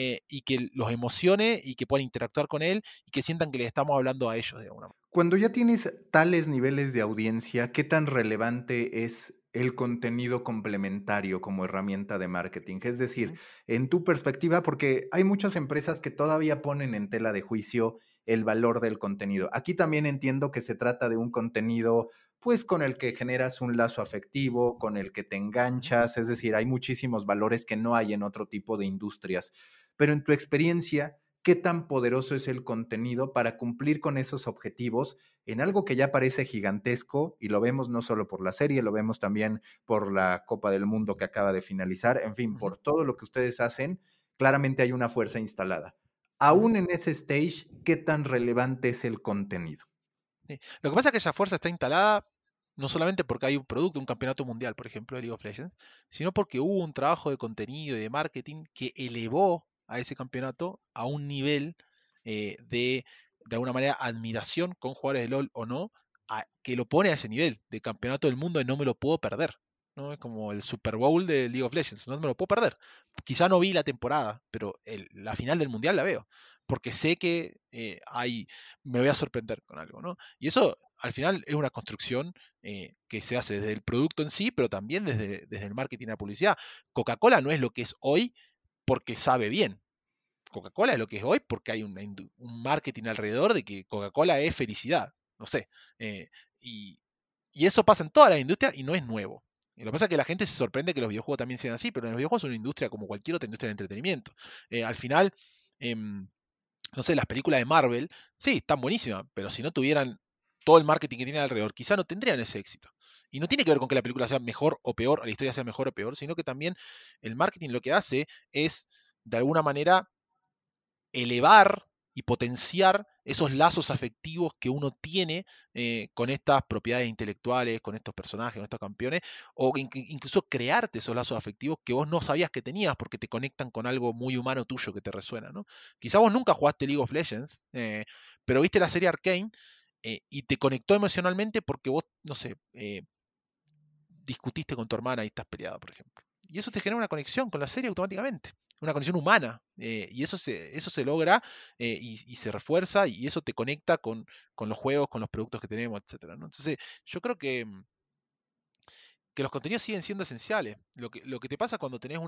y que los emocione y que puedan interactuar con él y que sientan que les estamos hablando a ellos de alguna manera. Cuando ya tienes tales niveles de audiencia, ¿qué tan relevante es el contenido complementario como herramienta de marketing? Es decir, en tu perspectiva, porque hay muchas empresas que todavía ponen en tela de juicio el valor del contenido. Aquí también entiendo que se trata de un contenido, pues, con el que generas un lazo afectivo, con el que te enganchas, es decir, hay muchísimos valores que no hay en otro tipo de industrias. Pero en tu experiencia, ¿qué tan poderoso es el contenido para cumplir con esos objetivos en algo que ya parece gigantesco? Y lo vemos no solo por la serie, lo vemos también por la Copa del Mundo que acaba de finalizar, en fin, por todo lo que ustedes hacen, claramente hay una fuerza instalada. Aún en ese stage, ¿qué tan relevante es el contenido? Sí. Lo que pasa es que esa fuerza está instalada no solamente porque hay un producto, un campeonato mundial, por ejemplo, de League of Legends, sino porque hubo un trabajo de contenido y de marketing que elevó a ese campeonato a un nivel de alguna manera, admiración con jugadores de LoL o no, que lo pone a ese nivel de campeonato del mundo y no me lo puedo perder. ¿No? Es como el Super Bowl de League of Legends, no me lo puedo perder. Quizá no vi la temporada, pero la final del mundial la veo, porque sé que me voy a sorprender con algo, ¿no? Y eso al final es una construcción que se hace desde el producto en sí, pero también desde el marketing y la publicidad. Coca-Cola no es lo que es hoy porque sabe bien. Coca-Cola es lo que es hoy porque hay un marketing alrededor de que Coca-Cola es felicidad, no sé. Y eso pasa en toda la industria y no es nuevo. Lo que pasa es que la gente se sorprende que los videojuegos también sean así, pero los videojuegos son una industria como cualquier otra industria de entretenimiento. Al final, no sé, las películas de Marvel, sí, están buenísimas, pero si no tuvieran todo el marketing que tienen alrededor, quizá no tendrían ese éxito. Y no tiene que ver con que la película sea mejor o peor, o la historia sea mejor o peor, sino que también el marketing lo que hace es, de alguna manera, elevar y potenciar esos lazos afectivos que uno tiene con estas propiedades intelectuales, con estos personajes, con estos campeones, o incluso crearte esos lazos afectivos que vos no sabías que tenías porque te conectan con algo muy humano tuyo que te resuena, ¿no? Quizá vos nunca jugaste League of Legends, pero viste la serie Arcane y te conectó emocionalmente porque vos, no sé, discutiste con tu hermana y estás peleado, por ejemplo. Y eso te genera una conexión con la serie automáticamente, una conexión humana. Y eso se logra y se refuerza y eso te conecta con los juegos, con los productos que tenemos, etcétera, ¿no? Entonces, yo creo que los contenidos siguen siendo esenciales. Lo que te pasa cuando tenés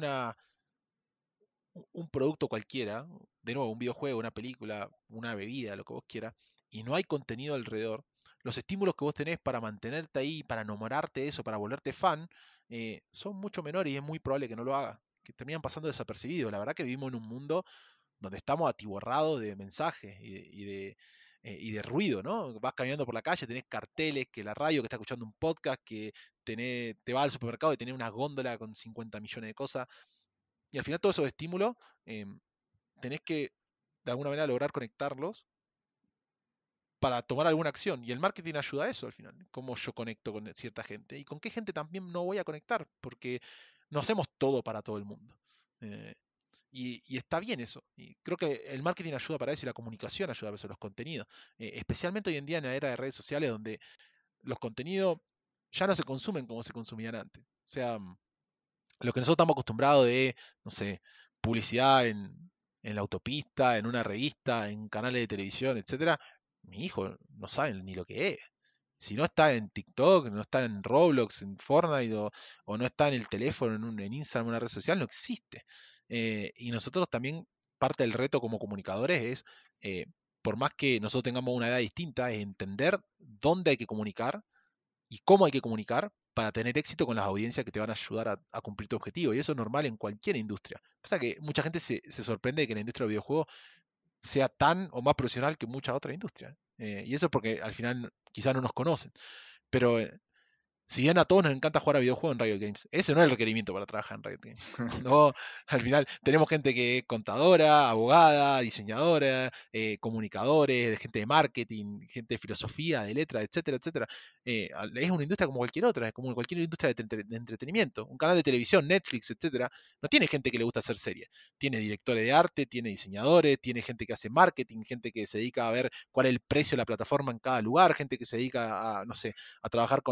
un producto cualquiera, de nuevo, un videojuego, una película, una bebida, lo que vos quieras, y no hay contenido alrededor, los estímulos que vos tenés para mantenerte ahí, para enamorarte de eso, para volverte fan, son mucho menores y es muy probable que no lo hagas, que terminan pasando desapercibidos. La verdad que vivimos en un mundo donde estamos atiborrados de mensajes y de ruido, ¿no? Vas caminando por la calle, tenés carteles, que la radio, que está escuchando un podcast, que te vas al supermercado y tenés una góndola con 50 millones de cosas. Y al final todos esos estímulos tenés que de alguna manera lograr conectarlos para tomar alguna acción. Y el marketing ayuda a eso al final. Cómo yo conecto con cierta gente. Y con qué gente también no voy a conectar. Porque no hacemos todo para todo el mundo. Eh, y está bien eso. Y creo que el marketing ayuda para eso y la comunicación ayuda a eso, los contenidos. Especialmente hoy en día en la era de redes sociales donde los contenidos ya no se consumen como se consumían antes. O sea, lo que nosotros estamos acostumbrados de, no sé, publicidad en la autopista, en una revista, en canales de televisión, etcétera, mi hijo no sabe ni lo que es. Si no está en TikTok, no está en Roblox, en Fortnite o no está en el teléfono, en Instagram, en una red social, no existe. Y nosotros también, parte del reto como comunicadores es, por más que nosotros tengamos una edad distinta, es entender dónde hay que comunicar y cómo hay que comunicar para tener éxito con las audiencias que te van a ayudar a cumplir tu objetivo. Y eso es normal en cualquier industria. Pasa que mucha gente se sorprende de que la industria del videojuego sea tan o más profesional que muchas otras industrias. Y eso es porque al final quizás no nos conocen. Pero si bien a todos nos encanta jugar a videojuegos en Riot Games, ese no es el requerimiento para trabajar en Riot Games. No, al final tenemos gente que es contadora, abogada, diseñadora, comunicadores, gente de marketing, gente de filosofía, de letras, etcétera, etcétera. Es una industria como cualquier otra, es como cualquier industria de entretenimiento. Un canal de televisión, Netflix, etcétera, no tiene gente que le gusta hacer series. Tiene directores de arte, tiene diseñadores, tiene gente que hace marketing, gente que se dedica a ver cuál es el precio de la plataforma en cada lugar, gente que se dedica a, no sé, a trabajar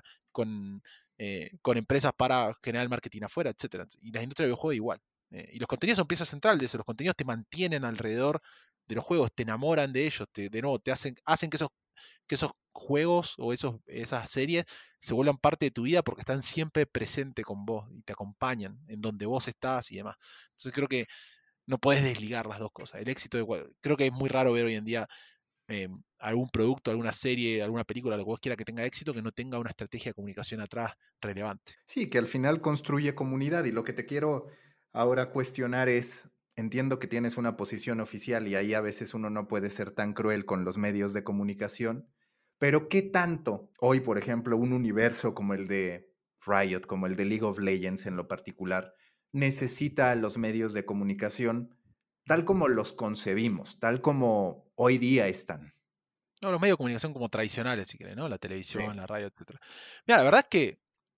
con empresas para generar marketing afuera, etcétera. Y la industria del videojuego igual. Y los contenidos son pieza central de eso. Los contenidos te mantienen alrededor de los juegos, te enamoran de ellos, de nuevo, te hacen que esos juegos o esas series se vuelvan parte de tu vida porque están siempre presentes con vos y te acompañan en donde vos estás y demás. Entonces creo que no podés desligar las dos cosas. El éxito creo que es muy raro ver hoy en día algún producto, alguna serie, alguna película, lo que vos quieras que tenga éxito, que no tenga una estrategia de comunicación atrás relevante. Sí, que al final construye comunidad y lo que te quiero ahora cuestionar es, entiendo que tienes una posición oficial y ahí a veces uno no puede ser tan cruel con los medios de comunicación, pero ¿qué tanto hoy, por ejemplo, un universo como el de Riot, como el de League of Legends en lo particular, necesita a los medios de comunicación tal como los concebimos, tal como hoy día están? No, los medios de comunicación como tradicionales, si querés, ¿no? La televisión, Sí. la radio, etcétera. Mira, la verdad es que,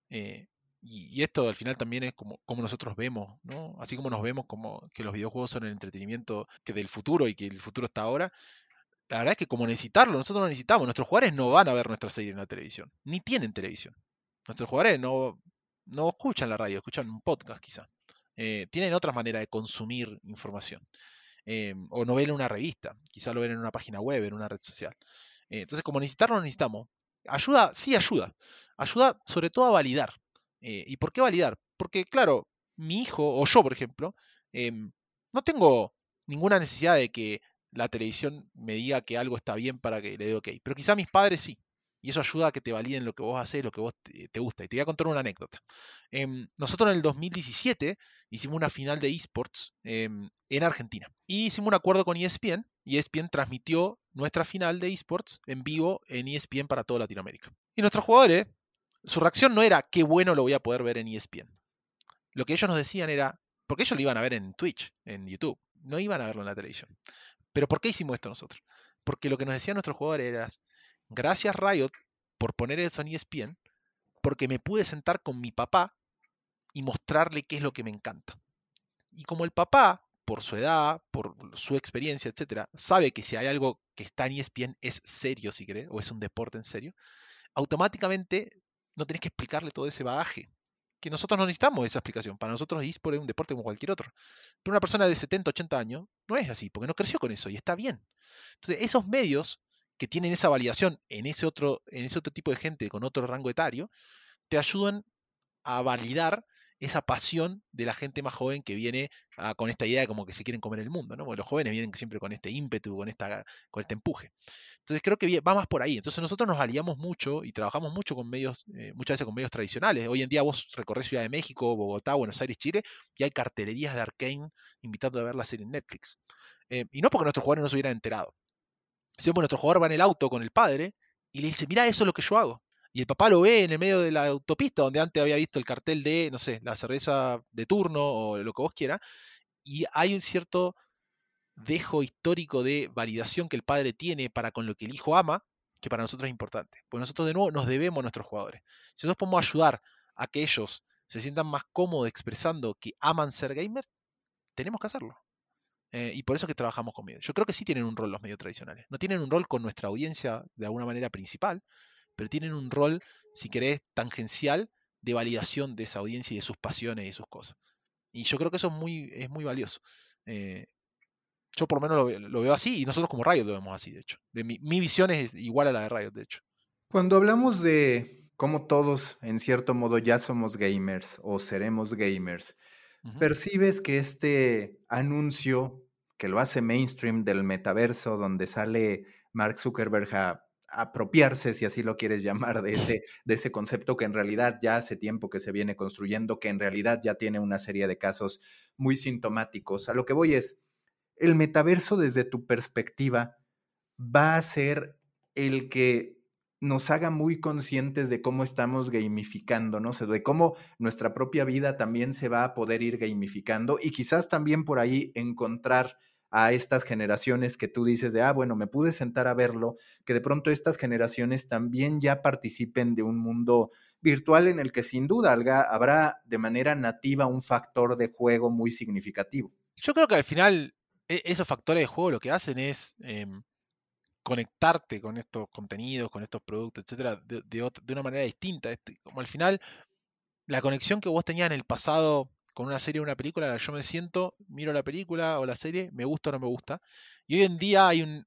y esto al final también es como nosotros vemos, ¿no? Así como nos vemos como que los videojuegos son el entretenimiento que del futuro y que el futuro está ahora, la verdad es que como necesitarlo, nosotros no necesitamos, nuestros jugadores no van a ver nuestra serie en la televisión, ni tienen televisión. Nuestros jugadores no escuchan la radio, escuchan un podcast quizá. Tienen otras maneras de consumir información. O no ven en una revista, quizá lo ven en una página web, en una red social. Entonces, como necesitarlo, necesitamos. Ayuda, sí ayuda. Ayuda sobre todo a validar. ¿Y por qué validar? Porque, claro, mi hijo o yo, por ejemplo, no tengo ninguna necesidad de que la televisión me diga que algo está bien para que le dé ok. Pero quizá mis padres sí. Y eso ayuda a que te validen lo que vos haces, lo que vos te gusta. Y te voy a contar una anécdota. Nosotros en el 2017 hicimos una final de esports en Argentina. Y hicimos un acuerdo con ESPN. Y ESPN transmitió nuestra final de esports en vivo en ESPN para toda Latinoamérica. Y nuestros jugadores, su reacción no era qué bueno lo voy a poder ver en ESPN. Lo que ellos nos decían era, porque ellos lo iban a ver en Twitch, en YouTube. No iban a verlo en la televisión. Pero ¿por qué hicimos esto nosotros? Porque lo que nos decían nuestros jugadores era, gracias Riot por poner eso en ESPN, porque me pude sentar con mi papá y mostrarle qué es lo que me encanta. Y como el papá, por su edad, por su experiencia, etcétera, sabe que si hay algo que está en ESPN es serio, si querés, o es un deporte en serio, automáticamente no tenés que explicarle todo ese bagaje. Que nosotros no necesitamos esa explicación. Para nosotros eSport es un deporte como cualquier otro. Pero una persona de 70, 80 años no es así, porque no creció con eso y está bien. Entonces, esos medios que tienen esa validación en ese otro tipo de gente con otro rango etario, te ayudan a validar esa pasión de la gente más joven que viene con esta idea de como que se quieren comer el mundo, ¿no? Porque los jóvenes vienen siempre con este ímpetu, con este empuje. Entonces creo que va más por ahí. Entonces nosotros nos aliamos mucho y trabajamos mucho con medios, muchas veces con medios tradicionales. Hoy en día vos recorres Ciudad de México, Bogotá, Buenos Aires, Chile, y hay cartelerías de Arcane invitando a ver la serie en Netflix. Y no porque nuestros jugadores no se hubieran enterado, sino porque nuestro jugador va en el auto con el padre y le dice, mira, eso es lo que yo hago. Y el papá lo ve en el medio de la autopista, donde antes había visto el cartel de, no sé, la cerveza de turno o lo que vos quieras, y hay un cierto dejo histórico de validación que el padre tiene para con lo que el hijo ama, que para nosotros es importante. Porque nosotros de nuevo nos debemos a nuestros jugadores. Si nosotros podemos ayudar a que ellos se sientan más cómodos expresando que aman ser gamers, tenemos que hacerlo. Y por eso es que trabajamos con medios. Yo creo que sí tienen un rol los medios tradicionales. No tienen un rol con nuestra audiencia de alguna manera principal, pero tienen un rol, si querés, tangencial de validación de esa audiencia y de sus pasiones y sus cosas. Y yo creo que eso es muy valioso. Eh, yo por lo menos lo veo así y nosotros como Riot lo vemos así, de hecho. Mi visión es igual a la de Riot, de hecho. Cuando hablamos de cómo todos, en cierto modo, ya somos gamers o seremos gamers, Ujú. ¿percibes que este anuncio que lo hace mainstream del metaverso, donde sale Mark Zuckerberg a apropiarse, si así lo quieres llamar, de ese concepto que en realidad ya hace tiempo que se viene construyendo, que en realidad ya tiene una serie de casos muy sintomáticos? A lo que voy es, el metaverso desde tu perspectiva va a ser el que nos haga muy conscientes de cómo estamos gamificando, ¿no? O sea, de cómo nuestra propia vida también se va a poder ir gamificando y quizás también por ahí encontrar a estas generaciones que tú dices de, bueno, me pude sentar a verlo, que de pronto estas generaciones también ya participen de un mundo virtual en el que sin duda habrá de manera nativa un factor de juego muy significativo. Yo creo que al final esos factores de juego lo que hacen es conectarte con estos contenidos, con estos productos, etcétera, de una manera distinta. Como al final, la conexión que vos tenías en el pasado con una serie o una película, yo me siento, miro la película o la serie, me gusta o no me gusta. Y hoy en día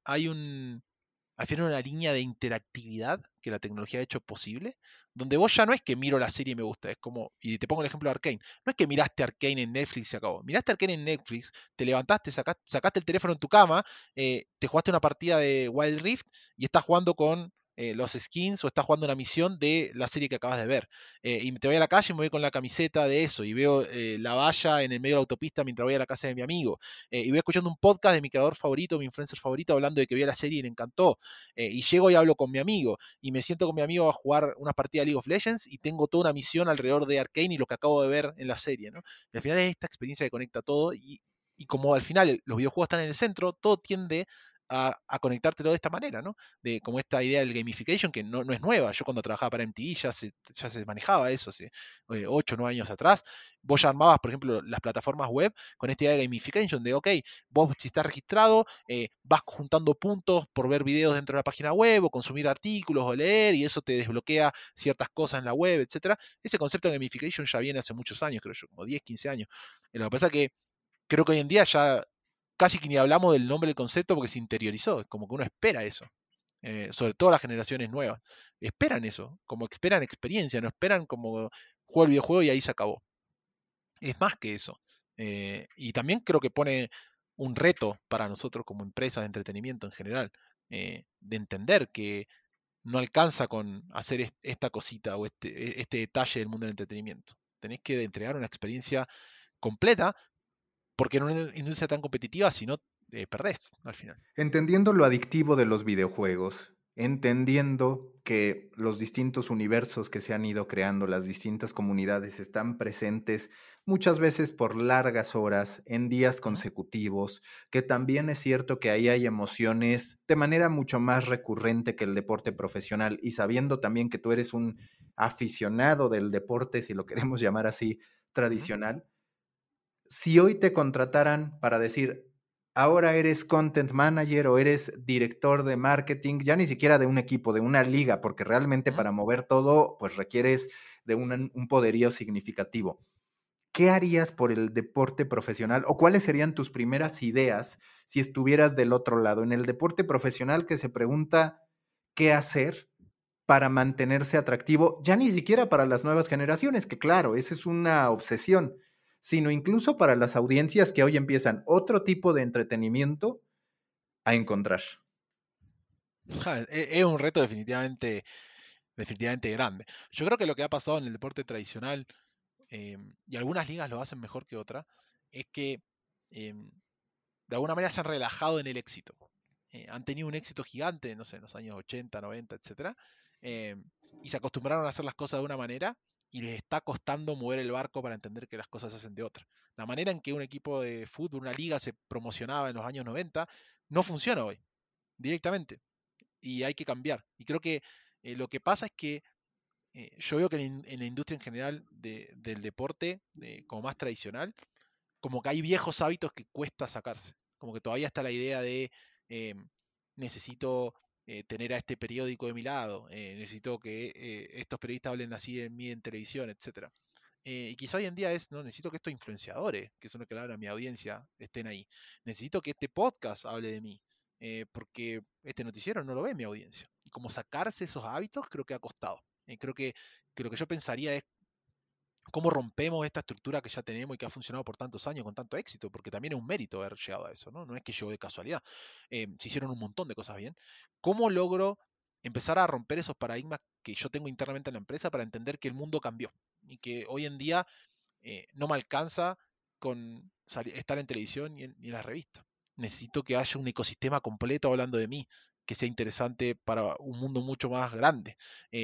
al final una línea de interactividad que la tecnología ha hecho posible, donde vos ya no es que miro la serie y me gusta, es como, y te pongo el ejemplo de Arcane, no es que miraste Arcane en Netflix y se acabó, miraste Arcane en Netflix, te levantaste, sacaste el teléfono en tu cama, te jugaste una partida de Wild Rift y estás jugando con los skins o estás jugando una misión de la serie que acabas de ver. Y te voy a la calle y me voy con la camiseta de eso y veo la valla en el medio de la autopista mientras voy a la casa de mi amigo. Y voy escuchando un podcast de mi creador favorito, mi influencer favorito, hablando de que vio la serie y le encantó. Y llego y hablo con mi amigo y me siento con mi amigo a jugar una partida de League of Legends y tengo toda una misión alrededor de Arcane y lo que acabo de ver en la serie, ¿no? Y al final es esta experiencia que conecta todo y como al final los videojuegos están en el centro, todo tiende a conectarte de esta manera, ¿no? De como esta idea del gamification que no es nueva. Yo cuando trabajaba para MTV ya se manejaba eso hace 8 o 9 años atrás. Vos ya armabas, por ejemplo, las plataformas web con esta idea de gamification, de ok, vos si estás registrado, vas juntando puntos por ver videos dentro de la página web o consumir artículos o leer y eso te desbloquea ciertas cosas en la web, etcétera. Ese concepto de gamification ya viene hace muchos años, creo yo, como 10, 15 años. Lo que pasa es que creo que hoy en día ya casi que ni hablamos del nombre del concepto porque se interiorizó, como que uno espera eso. Sobre todo las generaciones nuevas. Esperan eso, como esperan experiencia, no esperan como juego el videojuego y ahí se acabó. Es más que eso. Y también creo que pone un reto para nosotros como empresas de entretenimiento en general, de entender que no alcanza con hacer esta cosita o este detalle del mundo del entretenimiento. Tenés que entregar una experiencia completa porque en una industria tan competitiva, si no, perdés al final. Entendiendo lo adictivo de los videojuegos, entendiendo que los distintos universos que se han ido creando, las distintas comunidades están presentes muchas veces por largas horas, en días consecutivos, que también es cierto que ahí hay emociones de manera mucho más recurrente que el deporte profesional, y sabiendo también que tú eres un aficionado del deporte, si lo queremos llamar así, tradicional. Si hoy te contrataran para decir, ahora eres content manager o eres director de marketing, ya ni siquiera de un equipo, de una liga, porque realmente para mover todo, pues requieres de un poderío significativo. ¿Qué harías por el deporte profesional o cuáles serían tus primeras ideas si estuvieras del otro lado, en el deporte profesional que se pregunta qué hacer para mantenerse atractivo, ya ni siquiera para las nuevas generaciones, que claro, esa es una obsesión, sino incluso para las audiencias que hoy empiezan otro tipo de entretenimiento a encontrar? Es un reto definitivamente grande. Yo creo que lo que ha pasado en el deporte tradicional, y algunas ligas lo hacen mejor que otras, es que de alguna manera se han relajado en el éxito. Han tenido un éxito gigante, no sé, en los años 80, 90, etcétera, y se acostumbraron a hacer las cosas de una manera y les está costando mover el barco para entender que las cosas se hacen de otra. La manera en que un equipo de fútbol, una liga se promocionaba en los años 90, no funciona hoy, directamente, y hay que cambiar. Y creo que lo que pasa es que yo veo que en la industria en general del deporte, como más tradicional, como que hay viejos hábitos que cuesta sacarse. Como que todavía está la idea de necesito tener a este periódico de mi lado, necesito que estos periodistas hablen así de mí en televisión, etcétera. Y quizá hoy en día es, no, necesito que estos influenciadores, que son los que le hablan a mi audiencia, estén ahí. Necesito que este podcast hable de mí, porque este noticiero no lo ve mi audiencia. Y como sacarse esos hábitos creo que ha costado. Que lo que yo pensaría es cómo rompemos esta estructura que ya tenemos y que ha funcionado por tantos años con tanto éxito, porque también es un mérito haber llegado a eso, ¿no? No es que llegó de casualidad. Se hicieron un montón de cosas bien. ¿Cómo logro empezar a romper esos paradigmas que yo tengo internamente en la empresa para entender que el mundo cambió y que hoy en día no me alcanza con estar en televisión y en las revistas? Necesito que haya un ecosistema completo hablando de mí, que sea interesante para un mundo mucho más grande.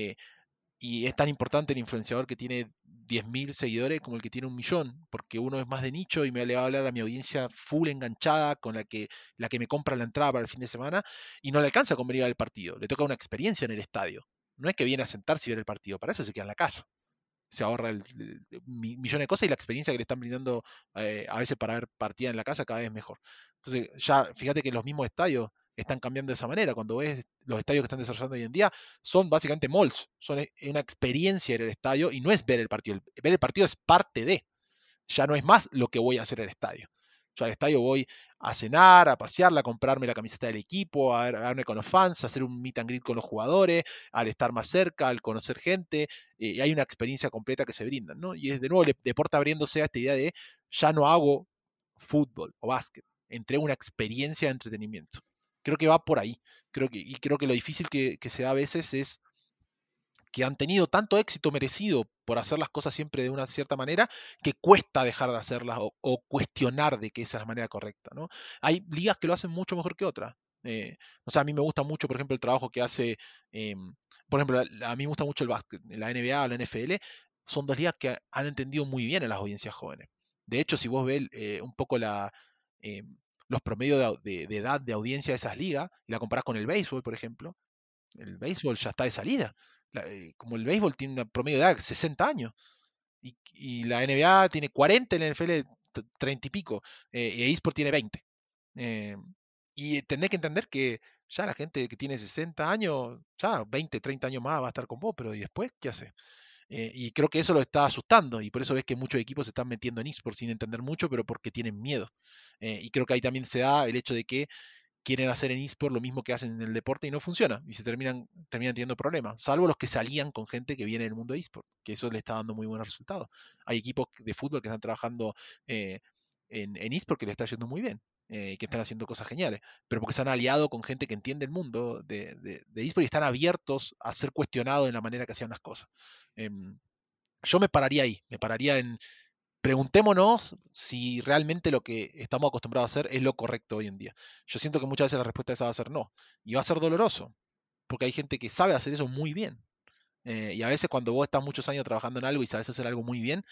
Y es tan importante el influenciador que tiene 10.000 seguidores como el que tiene 1.000.000, porque uno es más de nicho y le va a hablar a mi audiencia full enganchada, con la que me compra la entrada para el fin de semana, y no le alcanza con venir al partido, le toca una experiencia en el estadio. No es que viene a sentarse y ver el partido, para eso se queda en la casa. Se ahorra millones de cosas y la experiencia que le están brindando a veces para ver partida en la casa cada vez mejor. Entonces, ya fíjate que los mismos estadios están cambiando de esa manera. Cuando ves los estadios que están desarrollando hoy en día, son básicamente malls, son una experiencia en el estadio y no es ver el partido. Ver el partido es parte de, ya no es más lo que voy a hacer en el estadio. Yo al estadio voy a cenar, a pasearla, a comprarme la camiseta del equipo, a verme con los fans, a hacer un meet and greet con los jugadores, al estar más cerca, al conocer gente, y hay una experiencia completa que se brinda, ¿no? Y es de nuevo el deporte abriéndose a esta idea de ya no hago fútbol o básquet, entrego una experiencia de entretenimiento. Creo que va por ahí. Creo que lo difícil que se da a veces es que han tenido tanto éxito merecido por hacer las cosas siempre de una cierta manera, que cuesta dejar de hacerlas o cuestionar de que esa es la manera correcta, ¿no? Hay ligas que lo hacen mucho mejor que otras. O sea, a mí me gusta mucho, por ejemplo, el trabajo que hace, por ejemplo, a mí me gusta mucho el básquet, la NBA o la NFL, son dos ligas que han entendido muy bien a las audiencias jóvenes. De hecho, si vos ves un poco eh, los promedios de edad de audiencia de esas ligas, y la comparás con el béisbol, por ejemplo, el béisbol ya está de salida. Como el béisbol tiene un promedio de edad de 60 años y la NBA tiene 40, la NFL 30 y pico, y eSport tiene 20. Eh, y tenés que entender que ya la gente que tiene 60 años, ya 20, 30 años más va a estar con vos, pero ¿y después qué hace? Y creo que eso lo está asustando y por eso ves que muchos equipos se están metiendo en eSport sin entender mucho, pero porque tienen miedo. Y creo que ahí también se da el hecho de que quieren hacer en eSport lo mismo que hacen en el deporte y no funciona. Y se terminan teniendo problemas. Salvo los que salían con gente que viene del mundo de eSport, que eso le está dando muy buenos resultados. Hay equipos de fútbol que están trabajando en eSport que le está yendo muy bien. Que están haciendo cosas geniales, pero porque se han aliado con gente que entiende el mundo de eSport y están abiertos a ser cuestionados en la manera que hacían las cosas. Yo me pararía ahí, me pararía en, preguntémonos si realmente lo que estamos acostumbrados a hacer es lo correcto hoy en día. Yo siento que muchas veces la respuesta a esa va a ser no. Y va a ser doloroso, porque hay gente que sabe hacer eso muy bien. Y a veces cuando vos estás muchos años trabajando en algo y sabes hacer algo muy bien,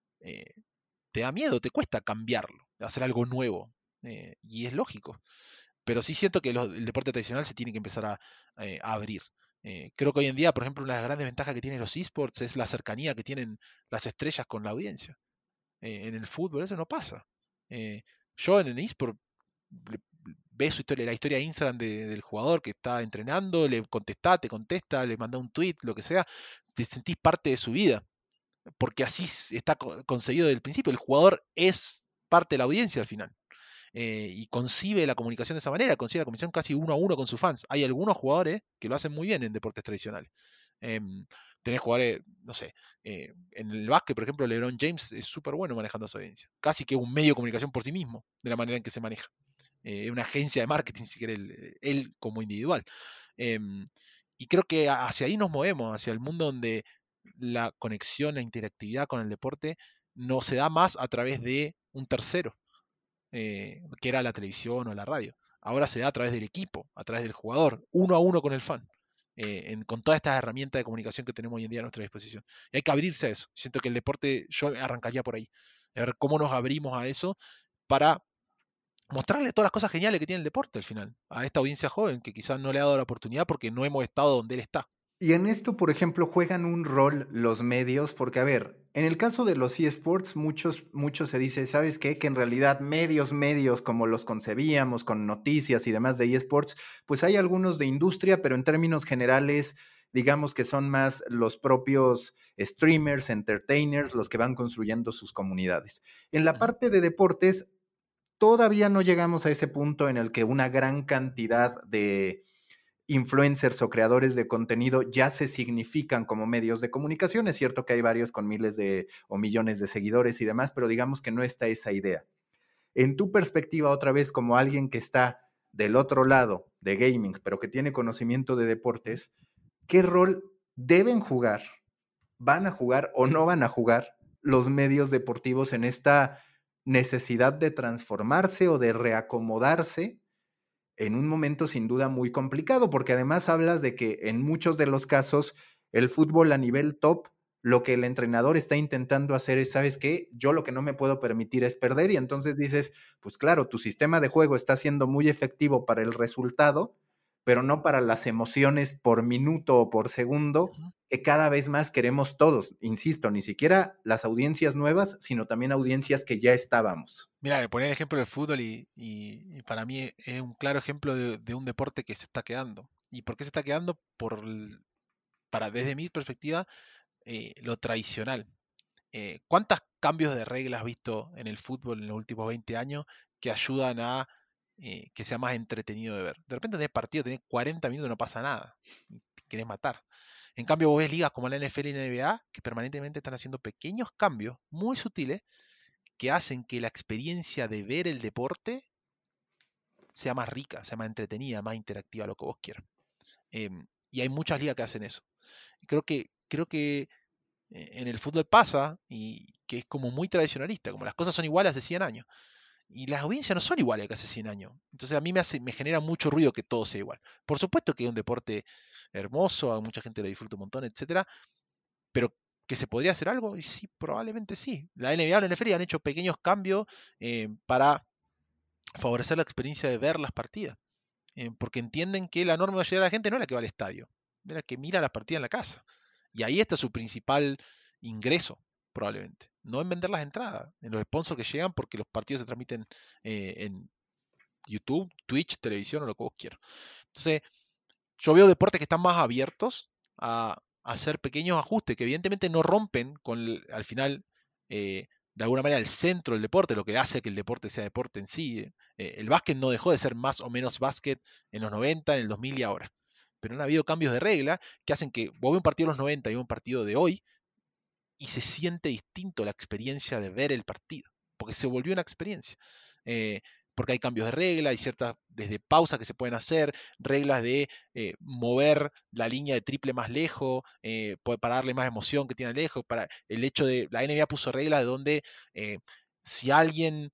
te da miedo, te cuesta cambiarlo, hacer algo nuevo. Y es lógico. Pero sí siento que el deporte tradicional se tiene que empezar a abrir. Creo que hoy en día, por ejemplo, una de las grandes ventajas que tienen los esports es la cercanía que tienen las estrellas con la audiencia. En el fútbol eso no pasa. Yo en el eSport ves su historia, la historia de Instagram del jugador que está entrenando, le contestá, te contesta, le manda un tweet, lo que sea, te sentís parte de su vida, porque así está concebido desde el principio. El jugador es parte de la audiencia al final. Y concibe la comunicación de esa manera, concibe la comunicación casi uno a uno con sus fans. Hay algunos jugadores que lo hacen muy bien en deportes tradicionales. Tenés jugadores, no sé, en el básquet, por ejemplo, LeBron James es súper bueno manejando su audiencia. Casi que un medio de comunicación por sí mismo, de la manera en que se maneja. Una agencia de marketing, si quiere, él como individual. Y creo que hacia ahí nos movemos, hacia el mundo donde la conexión, la interactividad con el deporte no se da más a través de un tercero, que era la televisión o la radio. Ahora se da a través del equipo, a través del jugador, uno a uno con el fan. Con todas estas herramientas de comunicación que tenemos hoy en día a nuestra disposición. Y hay que abrirse a eso. Siento que el deporte, yo arrancaría por ahí. A ver cómo nos abrimos a eso para mostrarle todas las cosas geniales que tiene el deporte al final. A esta audiencia joven que quizás no le ha dado la oportunidad porque no hemos estado donde él está. Y en esto, por ejemplo, juegan un rol los medios, porque a ver, en el caso de los eSports, muchos se dice, ¿sabes qué? Que en realidad medios como los concebíamos, con noticias y demás de eSports, pues hay algunos de industria, pero en términos generales, digamos que son más los propios streamers, entertainers, los que van construyendo sus comunidades. En la parte de deportes, todavía no llegamos a ese punto en el que una gran cantidad de influencers o creadores de contenido ya se significan como medios de comunicación. Es cierto que hay varios con miles o millones de seguidores y demás, pero digamos que no está esa idea. En tu perspectiva, otra vez, como alguien que está del otro lado de gaming, pero que tiene conocimiento de deportes, ¿qué rol deben jugar, van a jugar o no van a jugar los medios deportivos en esta necesidad de transformarse o de reacomodarse en un momento sin duda muy complicado? Porque además hablas de que en muchos de los casos el fútbol a nivel top, lo que el entrenador está intentando hacer es, ¿sabes qué? Yo lo que no me puedo permitir es perder, y entonces dices, pues claro, tu sistema de juego está siendo muy efectivo para el resultado, pero no para las emociones por minuto o por segundo que cada vez más queremos todos. Insisto, ni siquiera las audiencias nuevas, sino también audiencias que ya estábamos. Mira, le ponía el ejemplo del fútbol y para mí es un claro ejemplo de un deporte que se está quedando. ¿Y por qué se está quedando? Desde mi perspectiva, lo tradicional. ¿Cuántos cambios de reglas has visto en el fútbol en los últimos 20 años que ayudan a que sea más entretenido de ver? De repente tenés partido, tenés 40 minutos y no pasa nada. Te querés matar. En cambio, vos ves ligas como la NFL y la NBA que permanentemente están haciendo pequeños cambios muy sutiles que hacen que la experiencia de ver el deporte sea más rica, sea más entretenida, más interactiva, lo que vos quieras. Y hay muchas ligas que hacen eso. Creo que en el fútbol pasa y que es como muy tradicionalista, como las cosas son iguales hace 100 años. Y las audiencias no son iguales que hace 100 años. Entonces a mí me genera mucho ruido que todo sea igual. Por supuesto que es un deporte hermoso, a mucha gente lo disfruta un montón, etcétera, pero que se podría hacer algo, y sí, probablemente sí. La NBA o la NFL han hecho pequeños cambios para favorecer la experiencia de ver las partidas. Porque entienden que la norma mayoría de la gente no es la que va al estadio, es la que mira las partidas en la casa. Y ahí está su principal ingreso, probablemente. No en vender las entradas, en los sponsors que llegan porque los partidos se transmiten en YouTube, Twitch, televisión o lo que vos quieras. Entonces, yo veo deportes que están más abiertos a hacer pequeños ajustes que evidentemente no rompen con al final de alguna manera el centro del deporte, lo que hace que el deporte sea deporte en sí. El básquet no dejó de ser más o menos básquet en los 90, en el 2000 y ahora. Pero han habido cambios de regla que hacen que vos ves un partido de los 90 y un partido de hoy y se siente distinto la experiencia de ver el partido, porque se volvió una experiencia. Porque hay cambios de regla, hay ciertas desde pausas que se pueden hacer, reglas de mover la línea de triple más lejos, para darle más emoción que tiene lejos, para el hecho de, la NBA puso reglas de donde si alguien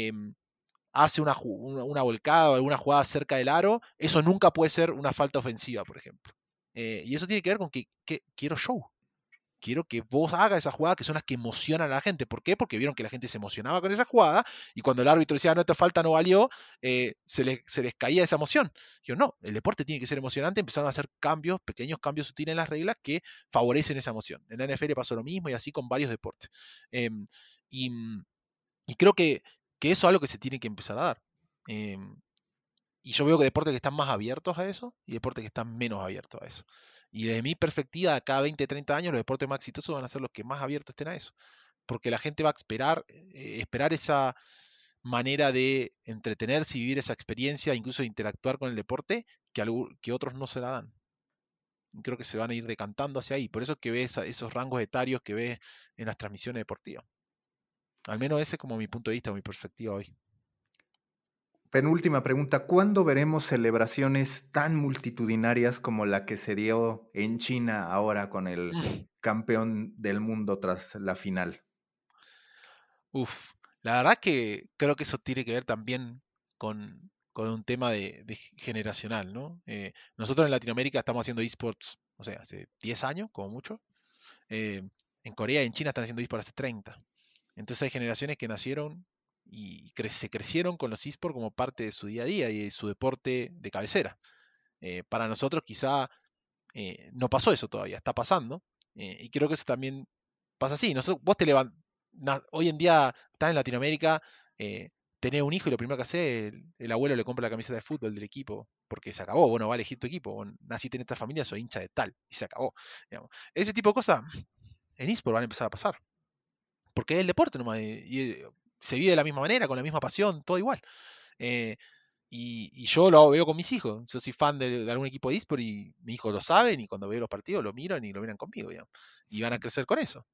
hace una volcada o alguna jugada cerca del aro, eso nunca puede ser una falta ofensiva, por ejemplo. Y eso tiene que ver con que quiero show. Quiero que vos hagas esa jugada que son las que emocionan a la gente. ¿Por qué? Porque vieron que la gente se emocionaba con esa jugada y cuando el árbitro decía, no, te falta, no valió, se les caía esa emoción. Yo, no, el deporte tiene que ser emocionante. Empezaron a hacer cambios, pequeños cambios sutiles en las reglas que favorecen esa emoción. En la NFL pasó lo mismo y así con varios deportes. Em, y, y creo que eso es algo que se tiene que empezar a dar. Em, y yo veo que deportes que están más abiertos a eso y deportes que están menos abiertos a eso. Y desde mi perspectiva, cada 20, 30 años, los deportes más exitosos van a ser los que más abiertos estén a eso. Porque la gente va a esperar esa manera de entretenerse y vivir esa experiencia, incluso de interactuar con el deporte, que otros no se la dan. Y creo que se van a ir decantando hacia ahí. Por eso es que ves esos rangos etarios que ves en las transmisiones deportivas. Al menos ese es como mi punto de vista o mi perspectiva hoy. Penúltima pregunta, ¿cuándo veremos celebraciones tan multitudinarias como la que se dio en China ahora con el campeón del mundo tras la final? Uf, la verdad que creo que eso tiene que ver también con un tema de generacional, ¿no? Nosotros en Latinoamérica estamos haciendo esports, o sea, hace 10 años, como mucho. Eh, en Corea y en China están haciendo esports hace 30. Entonces hay generaciones que nacieron y se crecieron con los esports como parte de su día a día y de su deporte de cabecera. Para nosotros quizá no pasó eso todavía, está pasando. Y creo que eso también pasa así. Vos te levantas, hoy en día estás en Latinoamérica, tenés un hijo y lo primero que hace, el abuelo le compra la camiseta de fútbol del equipo, porque se acabó, bueno, va a elegir tu equipo, vos naciste en esta familia, soy hincha de tal, y se acabó. Digamos. Ese tipo de cosas en eSport van a empezar a pasar, porque es el deporte nomás, se vive de la misma manera, con la misma pasión, todo igual. Eh, y yo lo veo con mis hijos. Yo soy fan de algún equipo de eSport y mis hijos lo saben y cuando veo los partidos lo miran y lo miran conmigo, digamos. Y van a crecer con eso.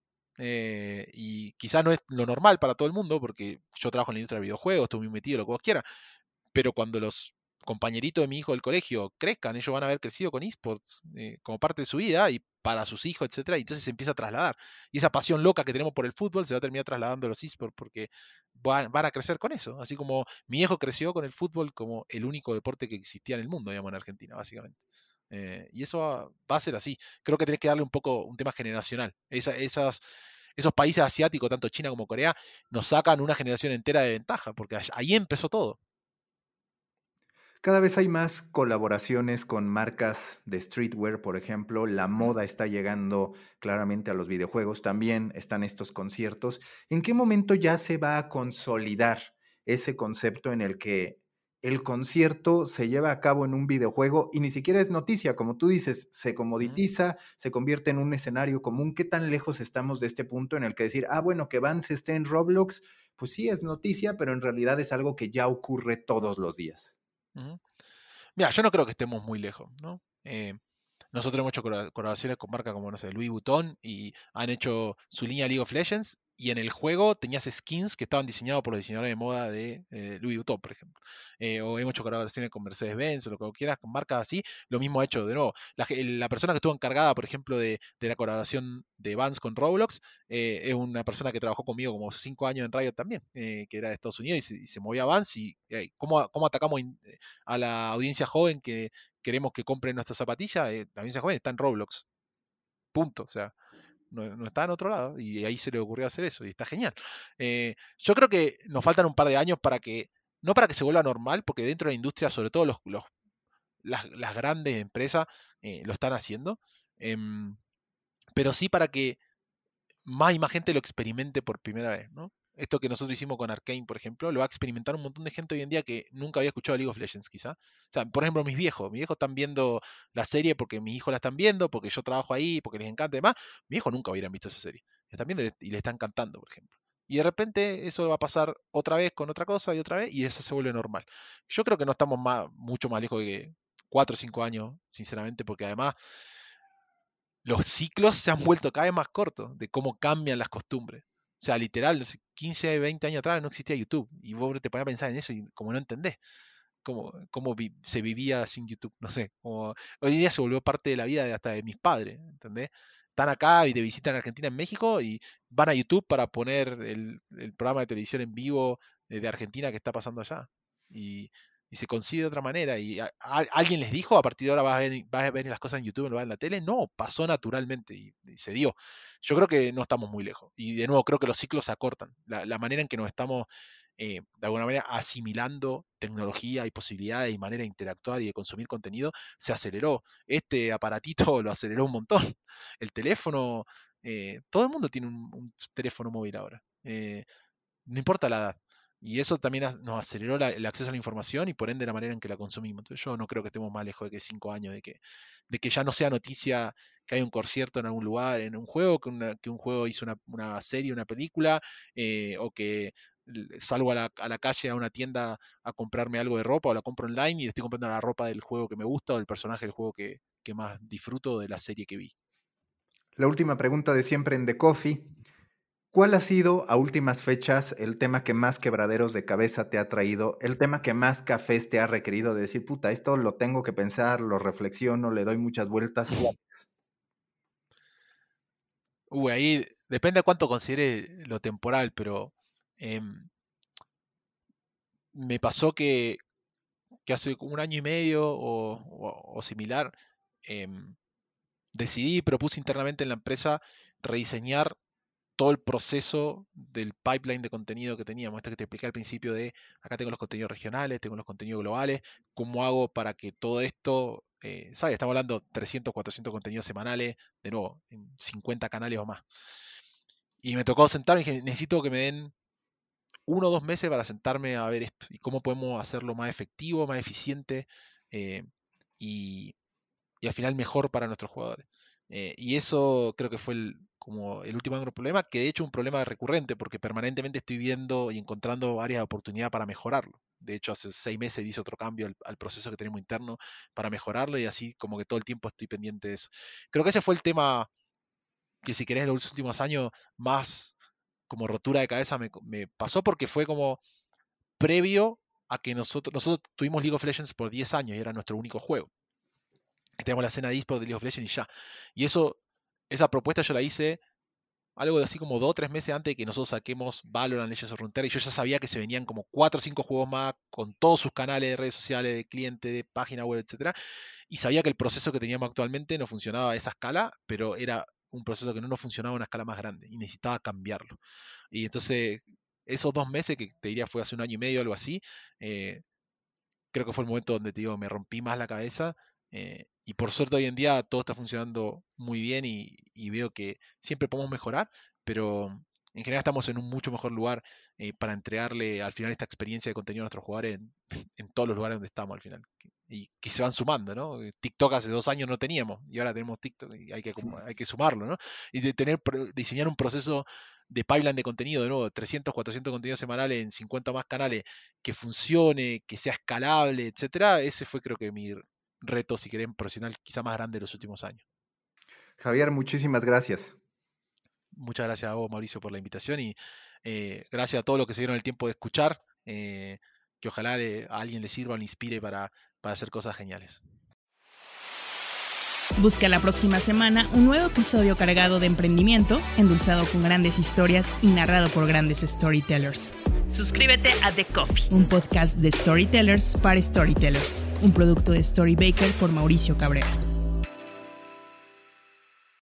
Y quizás no es lo normal para todo el mundo porque yo trabajo en la industria de videojuegos, estoy muy metido, lo que vos quieras, pero cuando los compañeritos de mi hijo del colegio crezcan, ellos van a haber crecido con esports como parte de su vida y para sus hijos, etcétera, y entonces se empieza a trasladar. Y esa pasión loca que tenemos por el fútbol se va a terminar trasladando a los esports porque van a crecer con eso. Así como mi hijo creció con el fútbol como el único deporte que existía en el mundo, digamos, en Argentina, básicamente. Y eso va a ser así. Creo que tenés que darle un poco un tema generacional. Esos países asiáticos, tanto China como Corea, nos sacan una generación entera de ventaja, porque ahí empezó todo. Cada vez hay más colaboraciones con marcas de streetwear, por ejemplo. La moda está llegando claramente a los videojuegos. También están estos conciertos. ¿En qué momento ya se va a consolidar ese concepto en el que el concierto se lleva a cabo en un videojuego y ni siquiera es noticia? Como tú dices, se comoditiza, se convierte en un escenario común. ¿Qué tan lejos estamos de este punto en el que decir, bueno, que Vance esté en Roblox, pues sí es noticia, pero en realidad es algo que ya ocurre todos los días? Mira, yo no creo que estemos muy lejos, ¿no? Nosotros hemos hecho colaboraciones con marcas como, no sé, Louis Vuitton y han hecho su línea League of Legends y en el juego tenías skins que estaban diseñados por los diseñadores de moda de Louis Vuitton, por ejemplo. O hemos hecho colaboraciones con Mercedes-Benz o lo que quieras, con marcas así. Lo mismo ha hecho, de nuevo, la persona que estuvo encargada, por ejemplo, de la colaboración de Vans con Roblox, es una persona que trabajó conmigo como 5 años en Riot también, que era de Estados Unidos y se movía a Vans y cómo atacamos a la audiencia joven que queremos que compren nuestras zapatillas, la audiencia joven está en Roblox. Punto. O sea, no está en otro lado. Y ahí se le ocurrió hacer eso. Y está genial. Yo creo que nos faltan un par de años para que, no para que se vuelva normal, porque dentro de la industria, sobre todo las grandes empresas, lo están haciendo. Pero sí para que más y más gente lo experimente por primera vez, ¿no? Esto que nosotros hicimos con Arcane, por ejemplo, lo va a experimentar un montón de gente hoy en día que nunca había escuchado League of Legends, quizá. O sea, por ejemplo, mis viejos están viendo la serie porque mis hijos la están viendo, porque yo trabajo ahí, porque les encanta y demás. Mis hijos nunca hubieran visto esa serie. La están viendo y le están cantando, por ejemplo. Y de repente eso va a pasar otra vez con otra cosa y otra vez, y eso se vuelve normal. Yo creo que no estamos mucho más lejos de que 4 o 5 años, sinceramente, porque además los ciclos se han vuelto cada vez más cortos de cómo cambian las costumbres. O sea, literal, no sé, 15, 20 años atrás no existía YouTube. Y vos te pones a pensar en eso y como no entendés cómo se vivía sin YouTube. No sé, hoy día se volvió parte de la vida hasta de mis padres, ¿entendés? Están acá y te visitan en Argentina, en México y van a YouTube para poner el programa de televisión en vivo de Argentina que está pasando allá. Y y se consigue de otra manera. Y alguien les dijo, a partir de ahora vas a ver las cosas en YouTube, no vas en la tele. No, pasó naturalmente y se dio. Yo creo que no estamos muy lejos. Y de nuevo, creo que los ciclos se acortan. La manera en que nos estamos, de alguna manera, asimilando tecnología y posibilidades y manera de interactuar y de consumir contenido, se aceleró. Este aparatito lo aceleró un montón. El teléfono, todo el mundo tiene un teléfono móvil ahora. No importa la edad. Y eso también nos aceleró el acceso a la información y por ende la manera en que la consumimos. Entonces yo no creo que estemos más lejos de que 5 años, de que ya no sea noticia que hay un concierto en algún lugar, en un juego, que un juego hizo una serie, una película, o que salgo a la calle, a una tienda a comprarme algo de ropa o la compro online y estoy comprando la ropa del juego que me gusta o del personaje del juego que más disfruto de la serie que vi. La última pregunta de siempre en The Coffee. ¿Cuál ha sido, a últimas fechas, el tema que más quebraderos de cabeza te ha traído? El tema que más cafés te ha requerido de decir, puta, esto lo tengo que pensar, lo reflexiono, le doy muchas vueltas. Ahí depende de cuánto considere lo temporal, pero me pasó que hace como 1 año y medio o similar, decidí y propuse internamente en la empresa rediseñar todo el proceso del pipeline de contenido que teníamos. Esto que te expliqué al principio de, acá tengo los contenidos regionales, tengo los contenidos globales, ¿cómo hago para que todo esto, ¿sabes? Estamos hablando 300, 400 contenidos semanales, de nuevo, en 50 canales o más. Y me tocó sentarme y dije, necesito que me den 1 o 2 meses para sentarme a ver esto y cómo podemos hacerlo más efectivo, más eficiente y al final mejor para nuestros jugadores. Y eso creo que fue como el último gran problema, que de hecho es un problema recurrente porque permanentemente estoy viendo y encontrando áreas de oportunidad para mejorarlo. De hecho, hace 6 meses hice otro cambio al proceso que tenemos interno para mejorarlo y así como que todo el tiempo estoy pendiente de eso. Creo que ese fue el tema que, si querés, en los últimos años más como rotura de cabeza me pasó, porque fue como previo a que nosotros tuvimos League of Legends por 10 años y era nuestro único juego. Tenemos la escena de eSports de League of Legends y ya. Y esa propuesta yo la hice algo de así como 2 o 3 meses antes de que nosotros saquemos Valorant, Legends of Runeterra, y yo ya sabía que se venían como 4 o 5 juegos más con todos sus canales de redes sociales, de cliente, de página web, etc. Y sabía que el proceso que teníamos actualmente no funcionaba a esa escala, pero era un proceso que no nos funcionaba a una escala más grande y necesitaba cambiarlo. Y entonces esos 2 meses, que te diría fue hace 1 año y medio o algo así, creo que fue el momento donde te digo, me rompí más la cabeza. Y por suerte hoy en día todo está funcionando muy bien y veo que siempre podemos mejorar, pero en general estamos en un mucho mejor lugar para entregarle al final esta experiencia de contenido a nuestros jugadores en todos los lugares donde estamos al final. Y que se van sumando, ¿no? TikTok hace 2 años no teníamos y ahora tenemos TikTok y hay que sumarlo, ¿no? Y de diseñar un proceso de pipeline de contenido, de nuevo, 300, 400 contenidos semanales en 50 más canales, que funcione, que sea escalable, etcétera. Ese fue, creo que, mi reto, si quieren, profesional quizá más grande de los últimos años. Javier, muchísimas gracias. Muchas gracias a vos, Mauricio, por la invitación y gracias a todos los que se dieron el tiempo de escuchar, que ojalá a alguien le sirva o le inspire para hacer cosas geniales. Busca la próxima semana un nuevo episodio cargado de emprendimiento, endulzado con grandes historias y narrado por grandes storytellers. Suscríbete a The Coffee, un podcast de storytellers para storytellers, un producto de Storybaker por Mauricio Cabrera.